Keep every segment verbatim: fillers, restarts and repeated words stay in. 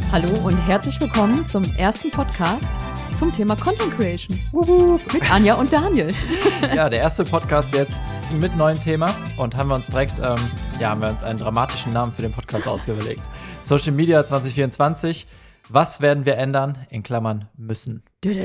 Hallo und herzlich willkommen zum ersten Podcast zum Thema Content Creation. Wuhu, mit Anja und Daniel. Ja, der erste Podcast jetzt mit neuem Thema und haben wir uns direkt, ähm, ja, haben wir uns einen dramatischen Namen für den Podcast ausgewählt. Social Media zwanzig vierundzwanzig. Was werden wir ändern? In Klammern müssen.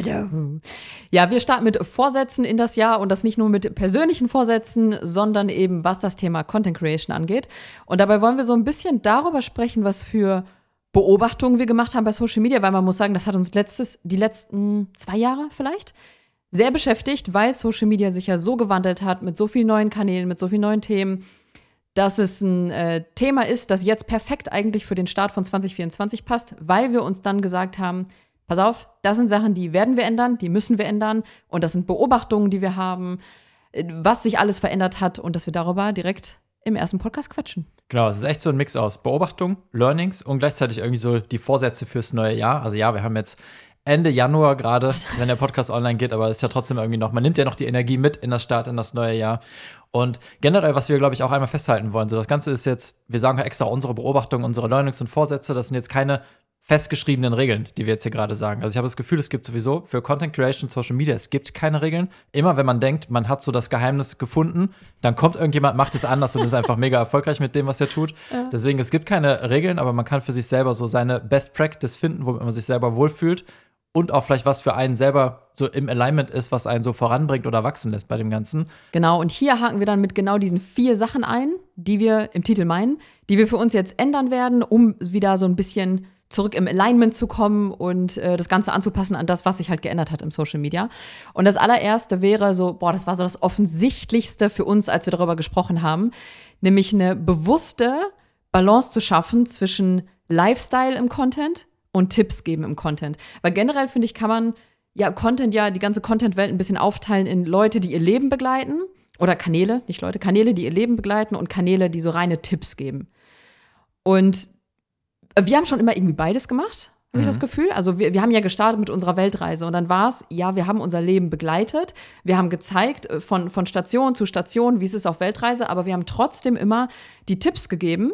Ja, wir starten mit Vorsätzen in das Jahr und das nicht nur mit persönlichen Vorsätzen, sondern eben was das Thema Content Creation angeht. Und dabei wollen wir so ein bisschen darüber sprechen, was für Beobachtungen wir gemacht haben bei Social Media, weil man muss sagen, das hat uns letztes, die letzten zwei Jahre vielleicht sehr beschäftigt, weil Social Media sich ja so gewandelt hat mit so vielen neuen Kanälen, mit so vielen neuen Themen, dass es ein äh, Thema ist, das jetzt perfekt eigentlich für den Start von zwanzig vierundzwanzig passt, weil wir uns dann gesagt haben, pass auf, das sind Sachen, die werden wir ändern, die müssen wir ändern und das sind Beobachtungen, die wir haben, was sich alles verändert hat und dass wir darüber direkt im ersten Podcast quatschen. Genau, es ist echt so ein Mix aus Beobachtung, Learnings und gleichzeitig irgendwie so die Vorsätze fürs neue Jahr. Also ja, wir haben jetzt Ende Januar gerade, wenn der Podcast online geht, aber es ist ja trotzdem irgendwie noch, man nimmt ja noch die Energie mit in das Start, in das neue Jahr. Und generell, was wir, glaube ich, auch einmal festhalten wollen, so das Ganze ist jetzt, wir sagen extra unsere Beobachtungen, unsere Learnings und Vorsätze, das sind jetzt keine festgeschriebenen Regeln, die wir jetzt hier gerade sagen. Also ich habe das Gefühl, es gibt sowieso für Content Creation, Social Media, es gibt keine Regeln. Immer wenn man denkt, man hat so das Geheimnis gefunden, dann kommt irgendjemand, macht es anders und ist einfach mega erfolgreich mit dem, was er tut. Ja. Deswegen, es gibt keine Regeln, aber man kann für sich selber so seine Best Practice finden, womit man sich selber wohlfühlt und auch vielleicht was für einen selber so im Alignment ist, was einen so voranbringt oder wachsen lässt bei dem Ganzen. Genau, und hier haken wir dann mit genau diesen vier Sachen ein, die wir im Titel meinen, die wir für uns jetzt ändern werden, um wieder so ein bisschen zurück im Alignment zu kommen und äh, das Ganze anzupassen an das, was sich halt geändert hat im Social Media. Und das allererste wäre so, boah, das war so das Offensichtlichste für uns, als wir darüber gesprochen haben, nämlich eine bewusste Balance zu schaffen zwischen Lifestyle im Content und Tipps geben im Content. Weil generell, finde ich, kann man ja Content, ja die ganze Content-Welt ein bisschen aufteilen in Leute, die ihr Leben begleiten oder Kanäle, nicht Leute, Kanäle, die ihr Leben begleiten und Kanäle, die so reine Tipps geben. Und wir haben schon immer irgendwie beides gemacht, habe mhm. ich das Gefühl. Also wir, wir haben ja gestartet mit unserer Weltreise und dann war es, ja, wir haben unser Leben begleitet. Wir haben gezeigt von, von Station zu Station, wie es ist auf Weltreise, aber wir haben trotzdem immer die Tipps gegeben,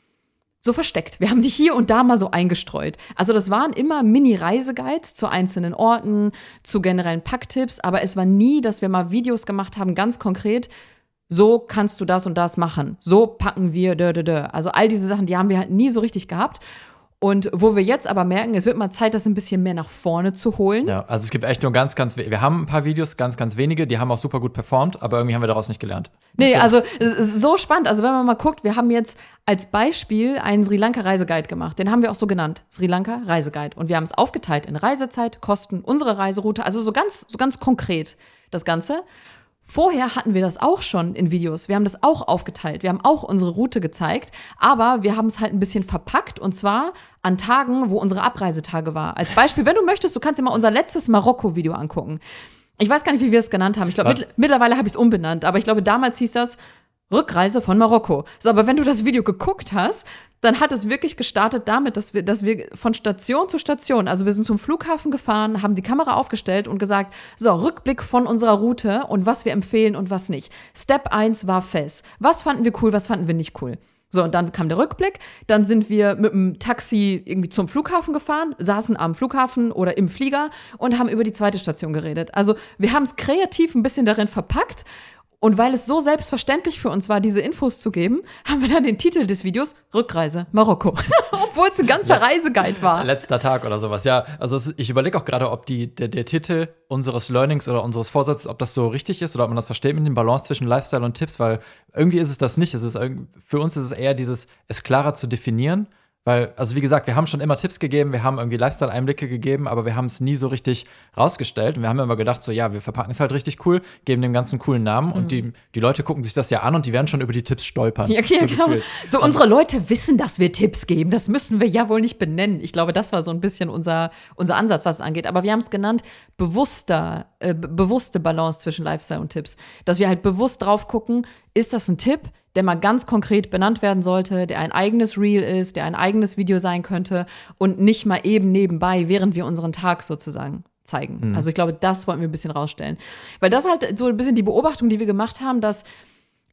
so versteckt. Wir haben die hier und da mal so eingestreut. Also das waren immer Mini-Reiseguides zu einzelnen Orten, zu generellen Packtipps, aber es war nie, dass wir mal Videos gemacht haben, ganz konkret, so kannst du das und das machen. So packen wir, dö, dö, dö. Also all diese Sachen, die haben wir halt nie so richtig gehabt. Und wo wir jetzt aber merken, es wird mal Zeit, das ein bisschen mehr nach vorne zu holen. Ja, also es gibt echt nur ganz, ganz, wir haben ein paar Videos, ganz, ganz wenige, die haben auch super gut performt, aber irgendwie haben wir daraus nicht gelernt. Nee, also so spannend. Also wenn man mal guckt, wir haben jetzt als Beispiel einen Sri Lanka Reiseguide gemacht. Den haben wir auch so genannt, Sri Lanka Reiseguide. Und wir haben es aufgeteilt in Reisezeit, Kosten, unsere Reiseroute, also so ganz, so ganz konkret das Ganze. Vorher hatten wir das auch schon in Videos. Wir haben das auch aufgeteilt. Wir haben auch unsere Route gezeigt. Aber wir haben es halt ein bisschen verpackt. Und zwar an Tagen, wo unsere Abreisetage war. Als Beispiel, wenn du möchtest, du kannst dir mal unser letztes Marokko-Video angucken. Ich weiß gar nicht, wie wir es genannt haben. Ich glaube, mit, mittlerweile habe ich es umbenannt. Aber ich glaube, damals hieß das Rückreise von Marokko. So, aber wenn du das Video geguckt hast, dann hat es wirklich gestartet damit, dass wir, dass wir von Station zu Station, also wir sind zum Flughafen gefahren, haben die Kamera aufgestellt und gesagt, so, Rückblick von unserer Route und was wir empfehlen und was nicht. Step eins war fest. Was fanden wir cool, was fanden wir nicht cool? So, und dann kam der Rückblick, dann sind wir mit dem Taxi irgendwie zum Flughafen gefahren, saßen am Flughafen oder im Flieger und haben über die zweite Station geredet. Also wir haben es kreativ ein bisschen darin verpackt. Und weil es so selbstverständlich für uns war, diese Infos zu geben, haben wir dann den Titel des Videos Rückreise Marokko. Obwohl es ein ganzer Letz- Reiseguide war. Letzter Tag oder sowas, ja. Also es, ich überlege auch gerade, ob die, der, der Titel unseres Learnings oder unseres Vorsatzes, ob das so richtig ist oder ob man das versteht mit dem Balance zwischen Lifestyle und Tipps, weil irgendwie ist es das nicht. Es ist, für uns ist es eher dieses, es klarer zu definieren. Weil, also wie gesagt, wir haben schon immer Tipps gegeben, wir haben irgendwie Lifestyle-Einblicke gegeben, aber wir haben es nie so richtig rausgestellt. Und wir haben immer gedacht, so ja, wir verpacken es halt richtig cool, geben dem ganzen coolen Namen. Mhm. Und die, die Leute gucken sich das ja an und die werden schon über die Tipps stolpern. Ja, ja, genau. So, unsere Leute wissen, dass wir Tipps geben. Das müssen wir ja wohl nicht benennen. Ich glaube, das war so ein bisschen unser, unser Ansatz, was es angeht. Aber wir haben es genannt, bewusster, äh, bewusste Balance zwischen Lifestyle und Tipps. Dass wir halt bewusst drauf gucken, ist das ein Tipp, der mal ganz konkret benannt werden sollte, der ein eigenes Reel ist, der ein eigenes Video sein könnte und nicht mal eben nebenbei, während wir unseren Tag sozusagen zeigen. Mhm. Also ich glaube, das wollten wir ein bisschen rausstellen. Weil das halt so ein bisschen die Beobachtung, die wir gemacht haben, dass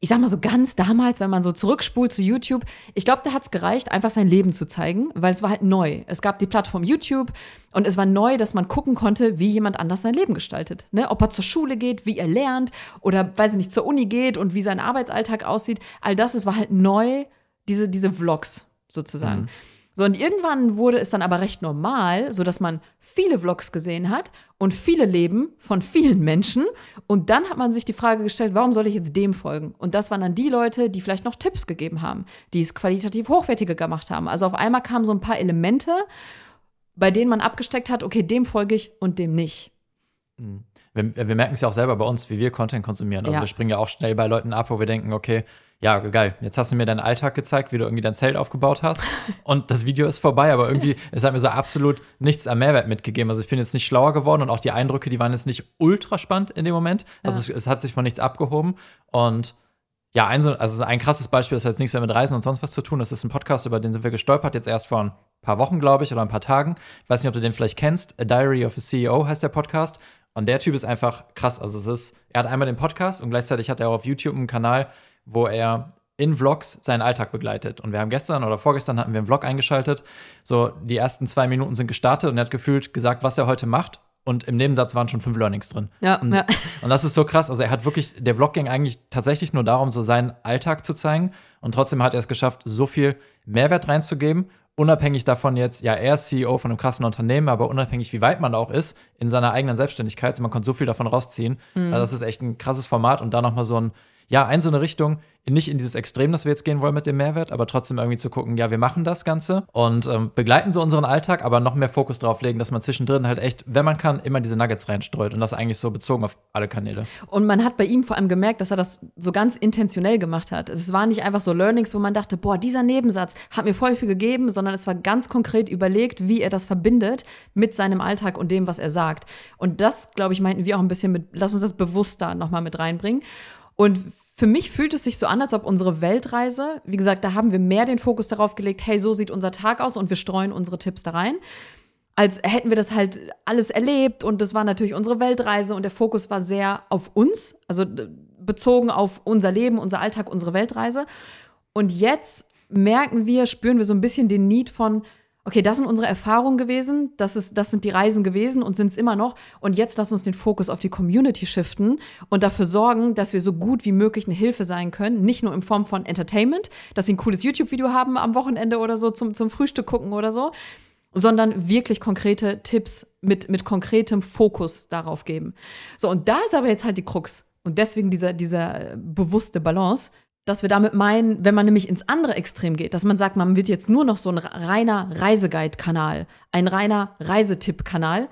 ich sag mal so ganz damals, wenn man so zurückspult zu YouTube, ich glaube, da hat es gereicht, einfach sein Leben zu zeigen, weil es war halt neu. Es gab die Plattform YouTube und es war neu, dass man gucken konnte, wie jemand anders sein Leben gestaltet. Ne? Ob er zur Schule geht, wie er lernt oder, weiß ich nicht, zur Uni geht und wie sein Arbeitsalltag aussieht. All das, es war halt neu, diese, diese Vlogs sozusagen. Mhm. So, und irgendwann wurde es dann aber recht normal, sodass man viele Vlogs gesehen hat und viele Leben von vielen Menschen. Und dann hat man sich die Frage gestellt, warum soll ich jetzt dem folgen? Und das waren dann die Leute, die vielleicht noch Tipps gegeben haben, die es qualitativ hochwertiger gemacht haben. Also auf einmal kamen so ein paar Elemente, bei denen man abgesteckt hat, okay, dem folge ich und dem nicht. Wir, wir merken es ja auch selber bei uns, wie wir Content konsumieren. Also ja. wir springen ja auch schnell bei Leuten ab, wo wir denken, okay, ja, geil, jetzt hast du mir deinen Alltag gezeigt, wie du irgendwie dein Zelt aufgebaut hast und das Video ist vorbei, aber irgendwie, es hat mir so absolut nichts am Mehrwert mitgegeben. Also ich bin jetzt nicht schlauer geworden und auch die Eindrücke, die waren jetzt nicht ultra spannend in dem Moment. Also ja. es, es hat sich von nichts abgehoben und ja, ein, so, also ein krasses Beispiel, das hat jetzt nichts mehr mit Reisen und sonst was zu tun. Das ist ein Podcast, über den sind wir gestolpert, jetzt erst vor ein paar Wochen, glaube ich, oder ein paar Tagen. Ich weiß nicht, ob du den vielleicht kennst. A Diary of a C E O heißt der Podcast. Und der Typ ist einfach krass. Also es ist, er hat einmal den Podcast und gleichzeitig hat er auch auf YouTube einen Kanal, wo er in Vlogs seinen Alltag begleitet. Und wir haben gestern oder vorgestern hatten wir einen Vlog eingeschaltet. So, die ersten zwei Minuten sind gestartet und er hat gefühlt gesagt, was er heute macht. Und im Nebensatz waren schon fünf Learnings drin. Ja, und, ja. und das ist so krass. Also er hat wirklich, der Vlog ging eigentlich tatsächlich nur darum, so seinen Alltag zu zeigen. Und trotzdem hat er es geschafft, so viel Mehrwert reinzugeben. Unabhängig davon jetzt, ja, er ist C E O von einem krassen Unternehmen, aber unabhängig, wie weit man auch ist in seiner eigenen Selbstständigkeit. Also man konnte so viel davon rausziehen. Mhm. Also das ist echt ein krasses Format. Und da nochmal so ein, ja, ein so eine Richtung, nicht in dieses Extrem, das wir jetzt gehen wollen mit dem Mehrwert, aber trotzdem irgendwie zu gucken, ja, wir machen das Ganze und ähm, begleiten so unseren Alltag, aber noch mehr Fokus drauf legen, dass man zwischendrin halt echt, wenn man kann, immer diese Nuggets reinstreut und das eigentlich so bezogen auf alle Kanäle. Und man hat bei ihm vor allem gemerkt, dass er das so ganz intentionell gemacht hat. Es waren nicht einfach so Learnings, wo man dachte, boah, dieser Nebensatz hat mir voll viel gegeben, sondern es war ganz konkret überlegt, wie er das verbindet mit seinem Alltag und dem, was er sagt. Und das, glaube ich, meinten wir auch ein bisschen mit, lass uns das bewusster nochmal mit reinbringen. Und für mich fühlt es sich so an, als ob unsere Weltreise, wie gesagt, da haben wir mehr den Fokus darauf gelegt, hey, so sieht unser Tag aus und wir streuen unsere Tipps da rein, als hätten wir das halt alles erlebt und das war natürlich unsere Weltreise und der Fokus war sehr auf uns, also bezogen auf unser Leben, unser Alltag, unsere Weltreise. Und jetzt merken wir, spüren wir so ein bisschen den Need von, okay, das sind unsere Erfahrungen gewesen, das, ist, das sind die Reisen gewesen und sind es immer noch. Und jetzt lass uns den Fokus auf die Community shiften und dafür sorgen, dass wir so gut wie möglich eine Hilfe sein können. Nicht nur in Form von Entertainment, dass sie ein cooles YouTube-Video haben am Wochenende oder so zum, zum Frühstück gucken oder so, sondern wirklich konkrete Tipps mit, mit konkretem Fokus darauf geben. So, und da ist aber jetzt halt die Krux. Und deswegen dieser, dieser bewusste Balance, dass wir damit meinen, wenn man nämlich ins andere Extrem geht, dass man sagt, man wird jetzt nur noch so ein reiner Reiseguide-Kanal, ein reiner Reisetipp-Kanal.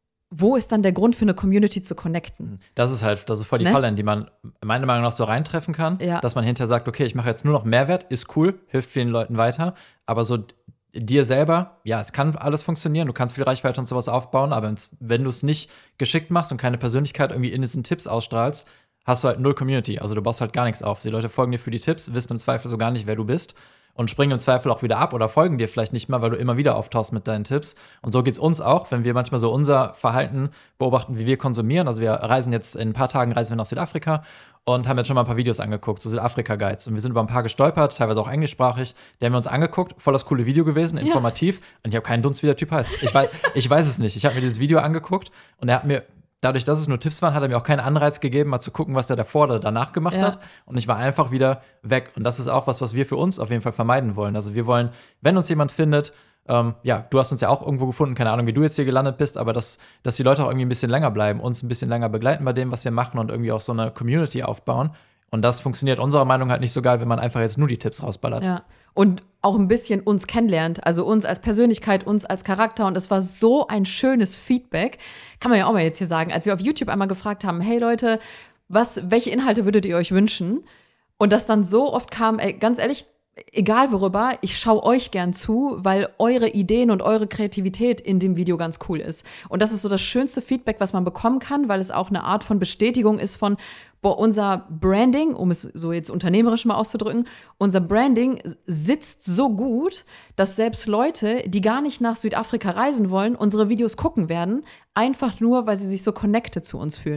Wo ist dann der Grund für eine Community zu connecten? Das ist halt, das ist voll die ne? Falle, in die man meiner Meinung nach so reintreffen kann, ja. dass man hinterher sagt, okay, ich mache jetzt nur noch Mehrwert, ist cool, hilft vielen Leuten weiter, aber so dir selber, ja, es kann alles funktionieren, du kannst viel Reichweite und sowas aufbauen, aber wenn du es nicht geschickt machst und keine Persönlichkeit irgendwie in diesen Tipps ausstrahlst, hast du halt null Community. Also du baust halt gar nichts auf. Die Leute folgen dir für die Tipps, wissen im Zweifel so gar nicht, wer du bist und springen im Zweifel auch wieder ab oder folgen dir vielleicht nicht mal, weil du immer wieder auftauchst mit deinen Tipps. Und so geht's uns auch, wenn wir manchmal so unser Verhalten beobachten, wie wir konsumieren. Also wir reisen jetzt, in ein paar Tagen reisen wir nach Südafrika und haben jetzt schon mal ein paar Videos angeguckt, so Südafrika-Guides. Und wir sind über ein paar gestolpert, teilweise auch englischsprachig. Die haben wir uns angeguckt, voll das coole Video gewesen, informativ. Ja. Und ich habe keinen Dunst, wie der Typ heißt. Ich weiß, ich weiß es nicht. Ich habe mir dieses Video angeguckt und er hat mir dadurch, dass es nur Tipps waren, hat er mir auch keinen Anreiz gegeben, mal zu gucken, was er davor oder danach gemacht ja. hat. Und ich war einfach wieder weg. Und das ist auch was, was wir für uns auf jeden Fall vermeiden wollen. Also wir wollen, wenn uns jemand findet, ähm, ja, du hast uns ja auch irgendwo gefunden, keine Ahnung, wie du jetzt hier gelandet bist, aber dass, dass die Leute auch irgendwie ein bisschen länger bleiben, uns ein bisschen länger begleiten bei dem, was wir machen und irgendwie auch so eine Community aufbauen. Und das funktioniert unserer Meinung nach halt nicht so geil, wenn man einfach jetzt nur die Tipps rausballert. Ja. Und auch ein bisschen uns kennenlernt, also uns als Persönlichkeit, uns als Charakter. Und es war so ein schönes Feedback, kann man ja auch mal jetzt hier sagen, als wir auf YouTube einmal gefragt haben, hey Leute, was, welche Inhalte würdet ihr euch wünschen? Und das dann so oft kam, ey, ganz ehrlich, egal worüber, ich schaue euch gern zu, weil eure Ideen und eure Kreativität in dem Video ganz cool ist. Und das ist so das schönste Feedback, was man bekommen kann, weil es auch eine Art von Bestätigung ist von, boah, unser Branding, um es so jetzt unternehmerisch mal auszudrücken, unser Branding sitzt so gut, dass selbst Leute, die gar nicht nach Südafrika reisen wollen, unsere Videos gucken werden, einfach nur, weil sie sich so connected zu uns fühlen.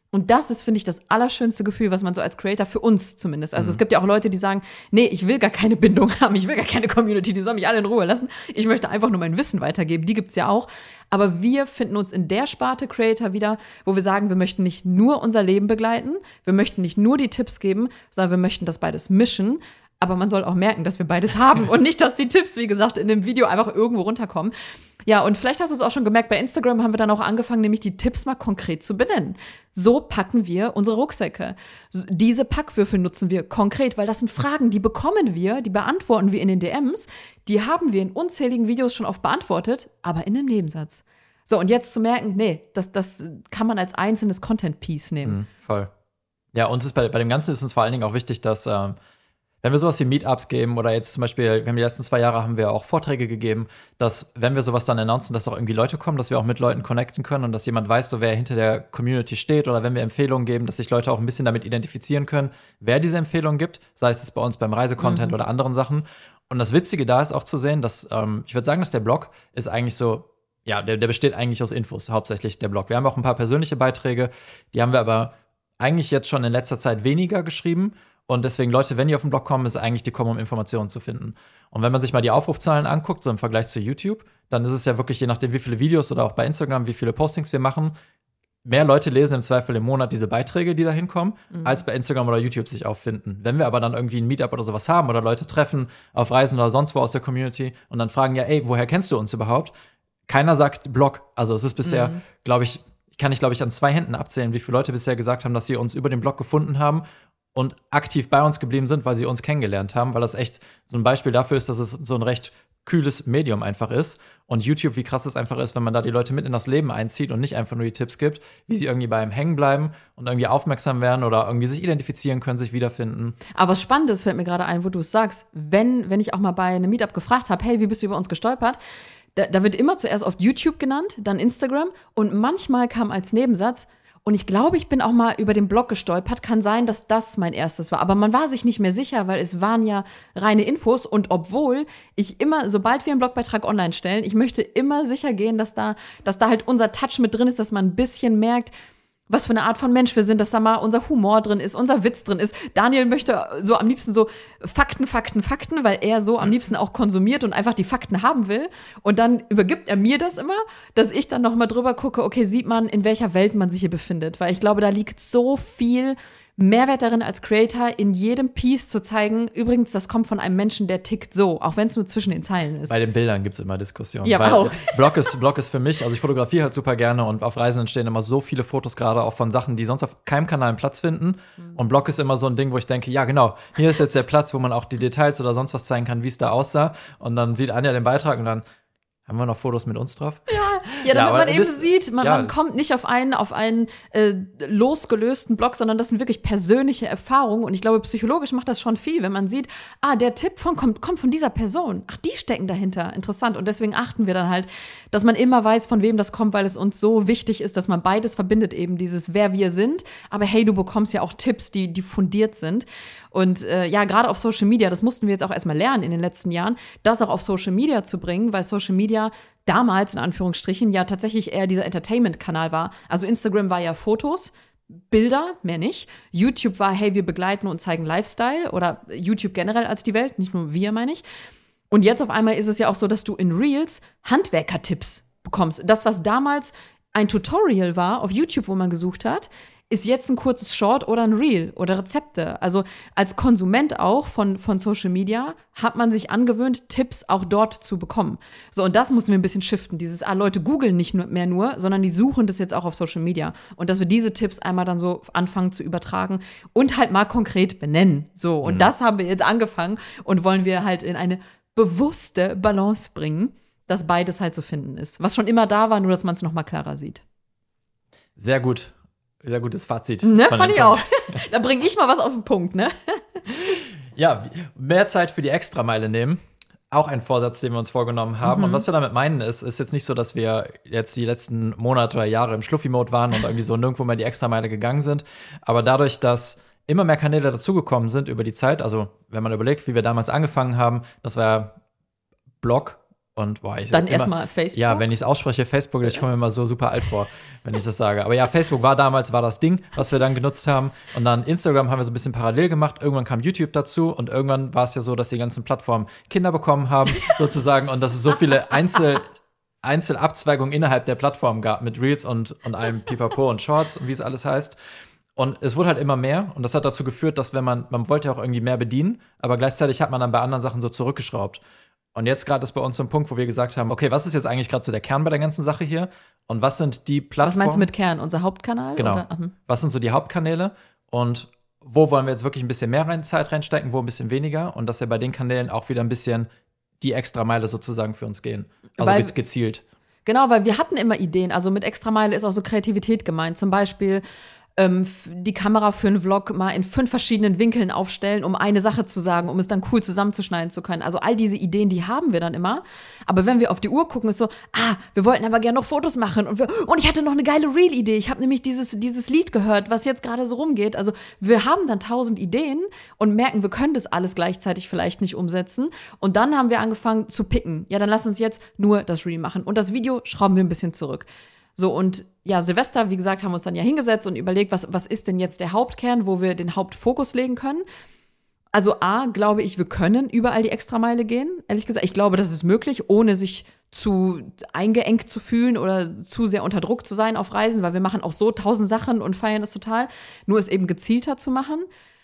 Und das ist, finde ich, das allerschönste Gefühl, was man so als Creator, für uns zumindest. Also Mhm. es gibt ja auch Leute, die sagen, nee, ich will gar keine Bindung haben, ich will gar keine Community, die soll mich alle in Ruhe lassen. Ich möchte einfach nur mein Wissen weitergeben, die gibt's ja auch. Aber wir finden uns in der Sparte Creator wieder, wo wir sagen, wir möchten nicht nur unser Leben begleiten, wir möchten nicht nur die Tipps geben, sondern wir möchten das beides mischen. Aber man soll auch merken, dass wir beides haben und nicht, dass die Tipps, wie gesagt, in dem Video einfach irgendwo runterkommen. Ja, und vielleicht hast du es auch schon gemerkt, bei Instagram haben wir dann auch angefangen, nämlich die Tipps mal konkret zu benennen. So packen wir unsere Rucksäcke. Diese Packwürfel nutzen wir konkret, weil das sind Fragen, die bekommen wir, die beantworten wir in den D Ms. Die haben wir in unzähligen Videos schon oft beantwortet, aber in einem Nebensatz. So, und jetzt zu merken, nee, das, das kann man als einzelnes Content-Piece nehmen. Mhm, voll. Ja, uns ist bei, bei dem Ganzen ist uns vor allen Dingen auch wichtig, dass ähm, wenn wir sowas wie Meetups geben oder jetzt zum Beispiel, wir haben die letzten zwei Jahre haben wir auch Vorträge gegeben, dass, wenn wir sowas dann announcen, dass auch irgendwie Leute kommen, dass wir auch mit Leuten connecten können und dass jemand weiß, so wer hinter der Community steht, oder wenn wir Empfehlungen geben, dass sich Leute auch ein bisschen damit identifizieren können, wer diese Empfehlungen gibt, sei es jetzt bei uns beim Reisecontent Mhm. oder anderen Sachen. Und das Witzige da ist auch zu sehen, dass, ähm, ich würde sagen, dass der Blog ist eigentlich so, ja, der, der besteht eigentlich aus Infos, hauptsächlich der Blog. Wir haben auch ein paar persönliche Beiträge, die haben wir aber eigentlich jetzt schon in letzter Zeit weniger geschrieben. Und deswegen, Leute, wenn die auf den Blog kommen, ist eigentlich, die kommen, um Informationen zu finden. Und wenn man sich mal die Aufrufzahlen anguckt, so im Vergleich zu YouTube, dann ist es ja wirklich, je nachdem, wie viele Videos oder auch bei Instagram, wie viele Postings wir machen, mehr Leute lesen im Zweifel im Monat diese Beiträge, die da hinkommen, mhm. als bei Instagram oder YouTube sich auffinden. Wenn wir aber dann irgendwie ein Meetup oder sowas haben oder Leute treffen auf Reisen oder sonst wo aus der Community und dann fragen, ja, ey, woher kennst du uns überhaupt? Keiner sagt Blog. Also es ist bisher, mhm. glaube ich, kann ich, glaube ich, an zwei Händen abzählen, wie viele Leute bisher gesagt haben, dass sie uns über den Blog gefunden haben und aktiv bei uns geblieben sind, weil sie uns kennengelernt haben, weil das echt so ein Beispiel dafür ist, dass es so ein recht kühles Medium einfach ist. Und YouTube, wie krass es einfach ist, wenn man da die Leute mit in das Leben einzieht und nicht einfach nur die Tipps gibt, wie sie irgendwie bei einem hängen bleiben und irgendwie aufmerksam werden oder irgendwie sich identifizieren können, sich wiederfinden. Aber was Spannendes fällt mir gerade ein, wo du es sagst, wenn, wenn ich auch mal bei einem Meetup gefragt habe, hey, wie bist du über uns gestolpert? Da, da wird immer zuerst oft YouTube genannt, dann Instagram und manchmal kam als Nebensatz, und ich glaube, ich bin auch mal über den Blog gestolpert. Kann sein, dass das mein erstes war. Aber man war sich nicht mehr sicher, weil es waren ja reine Infos. Und obwohl ich immer, sobald wir einen Blogbeitrag online stellen, ich möchte immer sicher gehen, dass da, dass da halt unser Touch mit drin ist, dass man ein bisschen merkt, was für eine Art von Mensch wir sind, dass da mal unser Humor drin ist, unser Witz drin ist. Daniel möchte so am liebsten so Fakten, Fakten, Fakten, weil er so am liebsten auch konsumiert und einfach die Fakten haben will. Und dann übergibt er mir das immer, dass ich dann noch mal drüber gucke, okay, sieht man, in welcher Welt man sich hier befindet. Weil ich glaube, da liegt so viel Mehrwert darin, als Creator in jedem Piece zu zeigen, übrigens, das kommt von einem Menschen, der tickt so, auch wenn es nur zwischen den Zeilen ist. Bei den Bildern gibt es immer Diskussionen. Ja, weil auch. Blog ist, Blog ist für mich, also ich fotografiere halt super gerne und auf Reisen entstehen immer so viele Fotos, gerade auch von Sachen, die sonst auf keinem Kanal einen Platz finden. Mhm. Und Blog ist immer so ein Ding, wo ich denke, ja genau, hier ist jetzt der Platz, wo man auch die Details oder sonst was zeigen kann, wie es da aussah. Und dann sieht Anja den Beitrag und dann haben wir noch Fotos mit uns drauf? Ja, ja, damit ja, man eben das, sieht, man, ja, man kommt nicht auf einen, auf einen äh, losgelösten Blog, sondern das sind wirklich persönliche Erfahrungen. Und ich glaube, psychologisch macht das schon viel, wenn man sieht, ah, der Tipp von, kommt, kommt von dieser Person. Ach, die stecken dahinter. Interessant. Und deswegen achten wir dann halt, dass man immer weiß, von wem das kommt, weil es uns so wichtig ist, dass man beides verbindet, eben dieses, wer wir sind. Aber hey, du bekommst ja auch Tipps, die, die fundiert sind. Und äh, ja, gerade auf Social Media, das mussten wir jetzt auch erstmal lernen in den letzten Jahren, das auch auf Social Media zu bringen, weil Social Media damals in Anführungsstrichen ja tatsächlich eher dieser Entertainment-Kanal war. Also Instagram war ja Fotos, Bilder, mehr nicht. YouTube war, hey, wir begleiten und zeigen Lifestyle oder YouTube generell als die Welt, nicht nur wir, meine ich. Und jetzt auf einmal ist es ja auch so, dass du in Reels Handwerker-Tipps bekommst. Das, was damals ein Tutorial war auf YouTube, wo man gesucht hat, ist jetzt ein kurzes Short oder ein Reel oder Rezepte. Also als Konsument auch von, von Social Media hat man sich angewöhnt, Tipps auch dort zu bekommen. So, und das mussten wir ein bisschen shiften. Dieses, ah, Leute googeln nicht nur, mehr nur, sondern die suchen das jetzt auch auf Social Media. Und dass wir diese Tipps einmal dann so anfangen zu übertragen und halt mal konkret benennen. So, und mhm. das haben wir jetzt angefangen und wollen wir halt in eine bewusste Balance bringen, dass beides halt zu finden ist. Was schon immer da war, nur dass man es noch mal klarer sieht. Sehr gut. Sehr gutes Fazit. Ne, fand ich auch. Da bringe ich mal was auf den Punkt, ne? Ja, mehr Zeit für die Extrameile nehmen. Auch ein Vorsatz, den wir uns vorgenommen haben. Mhm. Und was wir damit meinen, ist, ist jetzt nicht so, dass wir jetzt die letzten Monate oder Jahre im Schluffi-Mode waren und irgendwie so nirgendwo mehr die Extrameile gegangen sind. Aber dadurch, dass immer mehr Kanäle dazugekommen sind über die Zeit, also wenn man überlegt, wie wir damals angefangen haben, das war Blog, Und boah, ich Dann immer- erstmal Facebook. Ja, wenn ich es ausspreche, Facebook, ich komme mir immer so super alt vor, wenn ich das sage. Aber ja, Facebook war damals, war das Ding, was wir dann genutzt haben. Und dann Instagram haben wir so ein bisschen parallel gemacht. Irgendwann kam YouTube dazu und irgendwann war es ja so, dass die ganzen Plattformen Kinder bekommen haben, sozusagen. Und dass es so viele Einzel Einzelabzweigungen innerhalb der Plattform gab mit Reels und, und allem Pipapo und Shorts und wie es alles heißt. Und es wurde halt immer mehr und das hat dazu geführt, dass wenn man, man wollte ja auch irgendwie mehr bedienen, aber gleichzeitig hat man dann bei anderen Sachen so zurückgeschraubt. Und jetzt gerade ist bei uns so ein Punkt, wo wir gesagt haben, okay, was ist jetzt eigentlich gerade so der Kern bei der ganzen Sache hier? Und was sind die Plattformen? Was meinst du mit Kern? Unser Hauptkanal? Genau. Oder? Mhm. Was sind so die Hauptkanäle? Und wo wollen wir jetzt wirklich ein bisschen mehr rein, Zeit reinstecken, wo ein bisschen weniger? Und dass wir bei den Kanälen auch wieder ein bisschen die Extrameile sozusagen für uns gehen. Also Weil- ge- gezielt. Genau, weil wir hatten immer Ideen. Also mit Extrameile ist auch so Kreativität gemeint. Zum Beispiel ähm, f- die Kamera für einen Vlog mal in fünf verschiedenen Winkeln aufstellen, um eine Sache zu sagen, um es dann cool zusammenzuschneiden zu können. Also all diese Ideen, die haben wir dann immer. Aber wenn wir auf die Uhr gucken, ist so, ah, wir wollten aber gerne noch Fotos machen. Und, wir, und ich hatte noch eine geile Reel-Idee. Ich habe nämlich dieses, dieses Lied gehört, was jetzt gerade so rumgeht. Also wir haben dann tausend Ideen und merken, wir können das alles gleichzeitig vielleicht nicht umsetzen. Und dann haben wir angefangen zu picken. Ja, dann lass uns jetzt nur das Reel machen. Und das Video schrauben wir ein bisschen zurück. So, und ja, Silvester, wie gesagt, haben wir uns dann ja hingesetzt und überlegt, was, was ist denn jetzt der Hauptkern, wo wir den Hauptfokus legen können. Also A, glaube ich, wir können überall die Extrameile gehen, ehrlich gesagt. Ich glaube, das ist möglich, ohne sich zu eingeengt zu fühlen oder zu sehr unter Druck zu sein auf Reisen, weil wir machen auch so tausend Sachen und feiern es total, nur es eben gezielter zu machen.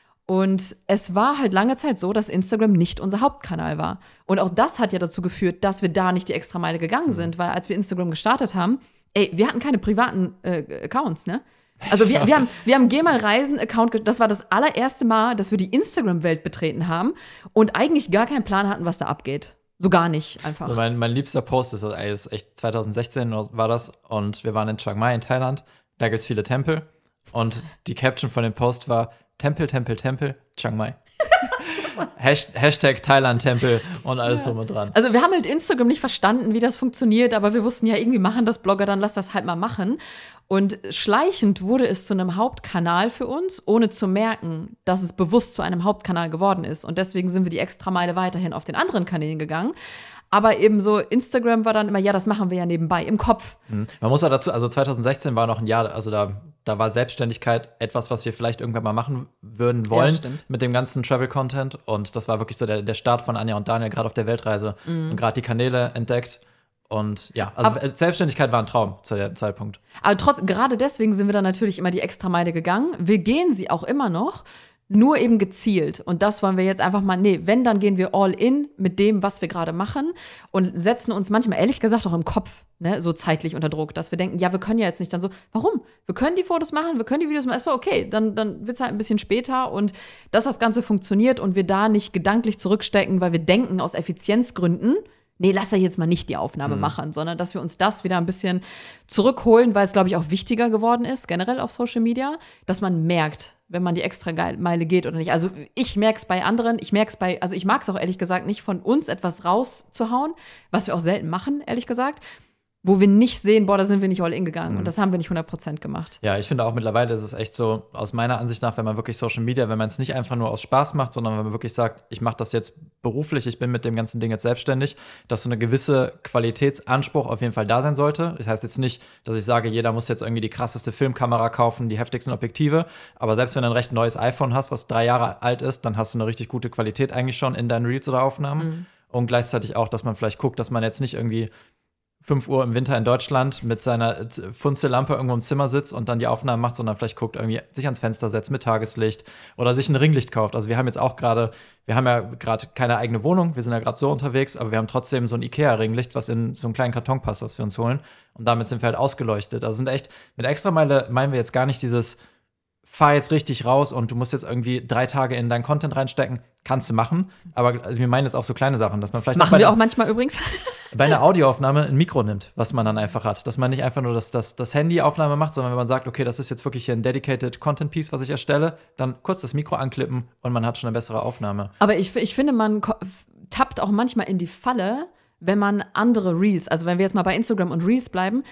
Und es war halt lange Zeit so, dass Instagram nicht unser Hauptkanal war. Und auch das hat ja dazu geführt, dass wir da nicht die Extrameile gegangen sind, weil als wir Instagram gestartet haben, ey, wir hatten keine privaten äh, Accounts, ne? Also wir, wir haben, wir haben Geh mal Reisen-Account, ge- das war das allererste Mal, dass wir die Instagram-Welt betreten haben und eigentlich gar keinen Plan hatten, was da abgeht. So gar nicht, einfach. So mein, mein liebster Post ist, ey, ist echt zwanzig sechzehn war das und wir waren in Chiang Mai in Thailand. Da gibt es viele Tempel und die Caption von dem Post war Tempel, Tempel, Tempel, Chiang Mai. Hasht- Hashtag Thailand-Tempel und alles drum und dran. Also wir haben halt Instagram nicht verstanden, wie das funktioniert, aber wir wussten ja, irgendwie machen das Blogger, dann lass das halt mal machen. Und schleichend wurde es zu einem Hauptkanal für uns, ohne zu merken, dass es bewusst zu einem Hauptkanal geworden ist. Und deswegen sind wir die Extrameile weiterhin auf den anderen Kanälen gegangen. Aber eben so, Instagram war dann immer, ja, das machen wir ja nebenbei, im Kopf. Mhm. Man muss ja dazu, also zwanzig sechzehn war noch ein Jahr, also da, da war Selbstständigkeit etwas, was wir vielleicht irgendwann mal machen würden wollen stimmt. mit dem ganzen Travel-Content. Und das war wirklich so der, der Start von Anja und Daniel, gerade auf der Weltreise Mhm. und gerade die Kanäle entdeckt. Und ja, also Aber- Selbstständigkeit war ein Traum zu dem Zeitpunkt. Aber trotz, gerade deswegen sind wir dann natürlich immer die Extrameile gegangen. Wir gehen sie auch immer noch, nur eben gezielt. Und das wollen wir jetzt einfach mal, nee, wenn, dann gehen wir all in mit dem, was wir gerade machen und setzen uns manchmal, ehrlich gesagt, auch im Kopf, ne, so zeitlich unter Druck, dass wir denken, ja, wir können ja jetzt nicht dann so, warum? Wir können die Fotos machen, wir können die Videos machen, ist so, okay, dann, dann wird es halt ein bisschen später und dass das Ganze funktioniert und wir da nicht gedanklich zurückstecken, weil wir denken aus Effizienzgründen, nee, lass ja jetzt mal nicht die Aufnahme machen, sondern dass wir uns das wieder ein bisschen zurückholen, weil es, glaube ich, auch wichtiger geworden ist, generell auf Social Media, dass man merkt, wenn man die extra Meile geht oder nicht. Also ich merke es bei anderen, ich merke es bei, also ich mag es auch ehrlich gesagt nicht, von uns etwas rauszuhauen, was wir auch selten machen, ehrlich gesagt, wo wir nicht sehen, boah, da sind wir nicht all in gegangen. Mhm. Und das haben wir nicht hundert Prozent gemacht. Ja, ich finde auch mittlerweile ist es echt so, aus meiner Ansicht nach, wenn man wirklich Social Media, wenn man es nicht einfach nur aus Spaß macht, sondern wenn man wirklich sagt, ich mache das jetzt beruflich, ich bin mit dem ganzen Ding jetzt selbstständig, dass so eine gewisse Qualitätsanspruch auf jeden Fall da sein sollte. Das heißt jetzt nicht, dass ich sage, jeder muss jetzt irgendwie die krasseste Filmkamera kaufen, die heftigsten Objektive, aber selbst wenn du ein recht neues iPhone hast, was drei Jahre alt ist, dann hast du eine richtig gute Qualität eigentlich schon in deinen Reels oder Aufnahmen. Mhm. Und gleichzeitig auch, dass man vielleicht guckt, dass man jetzt nicht irgendwie fünf Uhr im Winter in Deutschland mit seiner Funzellampe irgendwo im Zimmer sitzt und dann die Aufnahmen macht, sondern vielleicht guckt, irgendwie sich ans Fenster setzt mit Tageslicht oder sich ein Ringlicht kauft. Also wir haben jetzt auch gerade, wir haben ja gerade keine eigene Wohnung, wir sind ja gerade so unterwegs, aber wir haben trotzdem so ein Ikea-Ringlicht, was in so einen kleinen Karton passt, was wir uns holen. Und damit sind wir halt ausgeleuchtet. Also sind echt, mit Extrameile meinen wir jetzt gar nicht dieses fahr jetzt richtig raus und du musst jetzt irgendwie drei Tage in deinen Content reinstecken. Kannst du machen, aber wir meinen jetzt auch so kleine Sachen, dass man vielleicht Machen bei wir der- auch manchmal übrigens. bei einer Audioaufnahme ein Mikro nimmt, was man dann einfach hat. Dass man nicht einfach nur das, das, das Handy-Aufnahme macht, sondern wenn man sagt, okay, das ist jetzt wirklich hier ein dedicated Content-Piece, was ich erstelle, dann kurz das Mikro anklippen und man hat schon eine bessere Aufnahme. Aber ich, ich finde, man ko- tappt auch manchmal in die Falle, wenn man andere Reels, also wenn wir jetzt mal bei Instagram und Reels bleiben,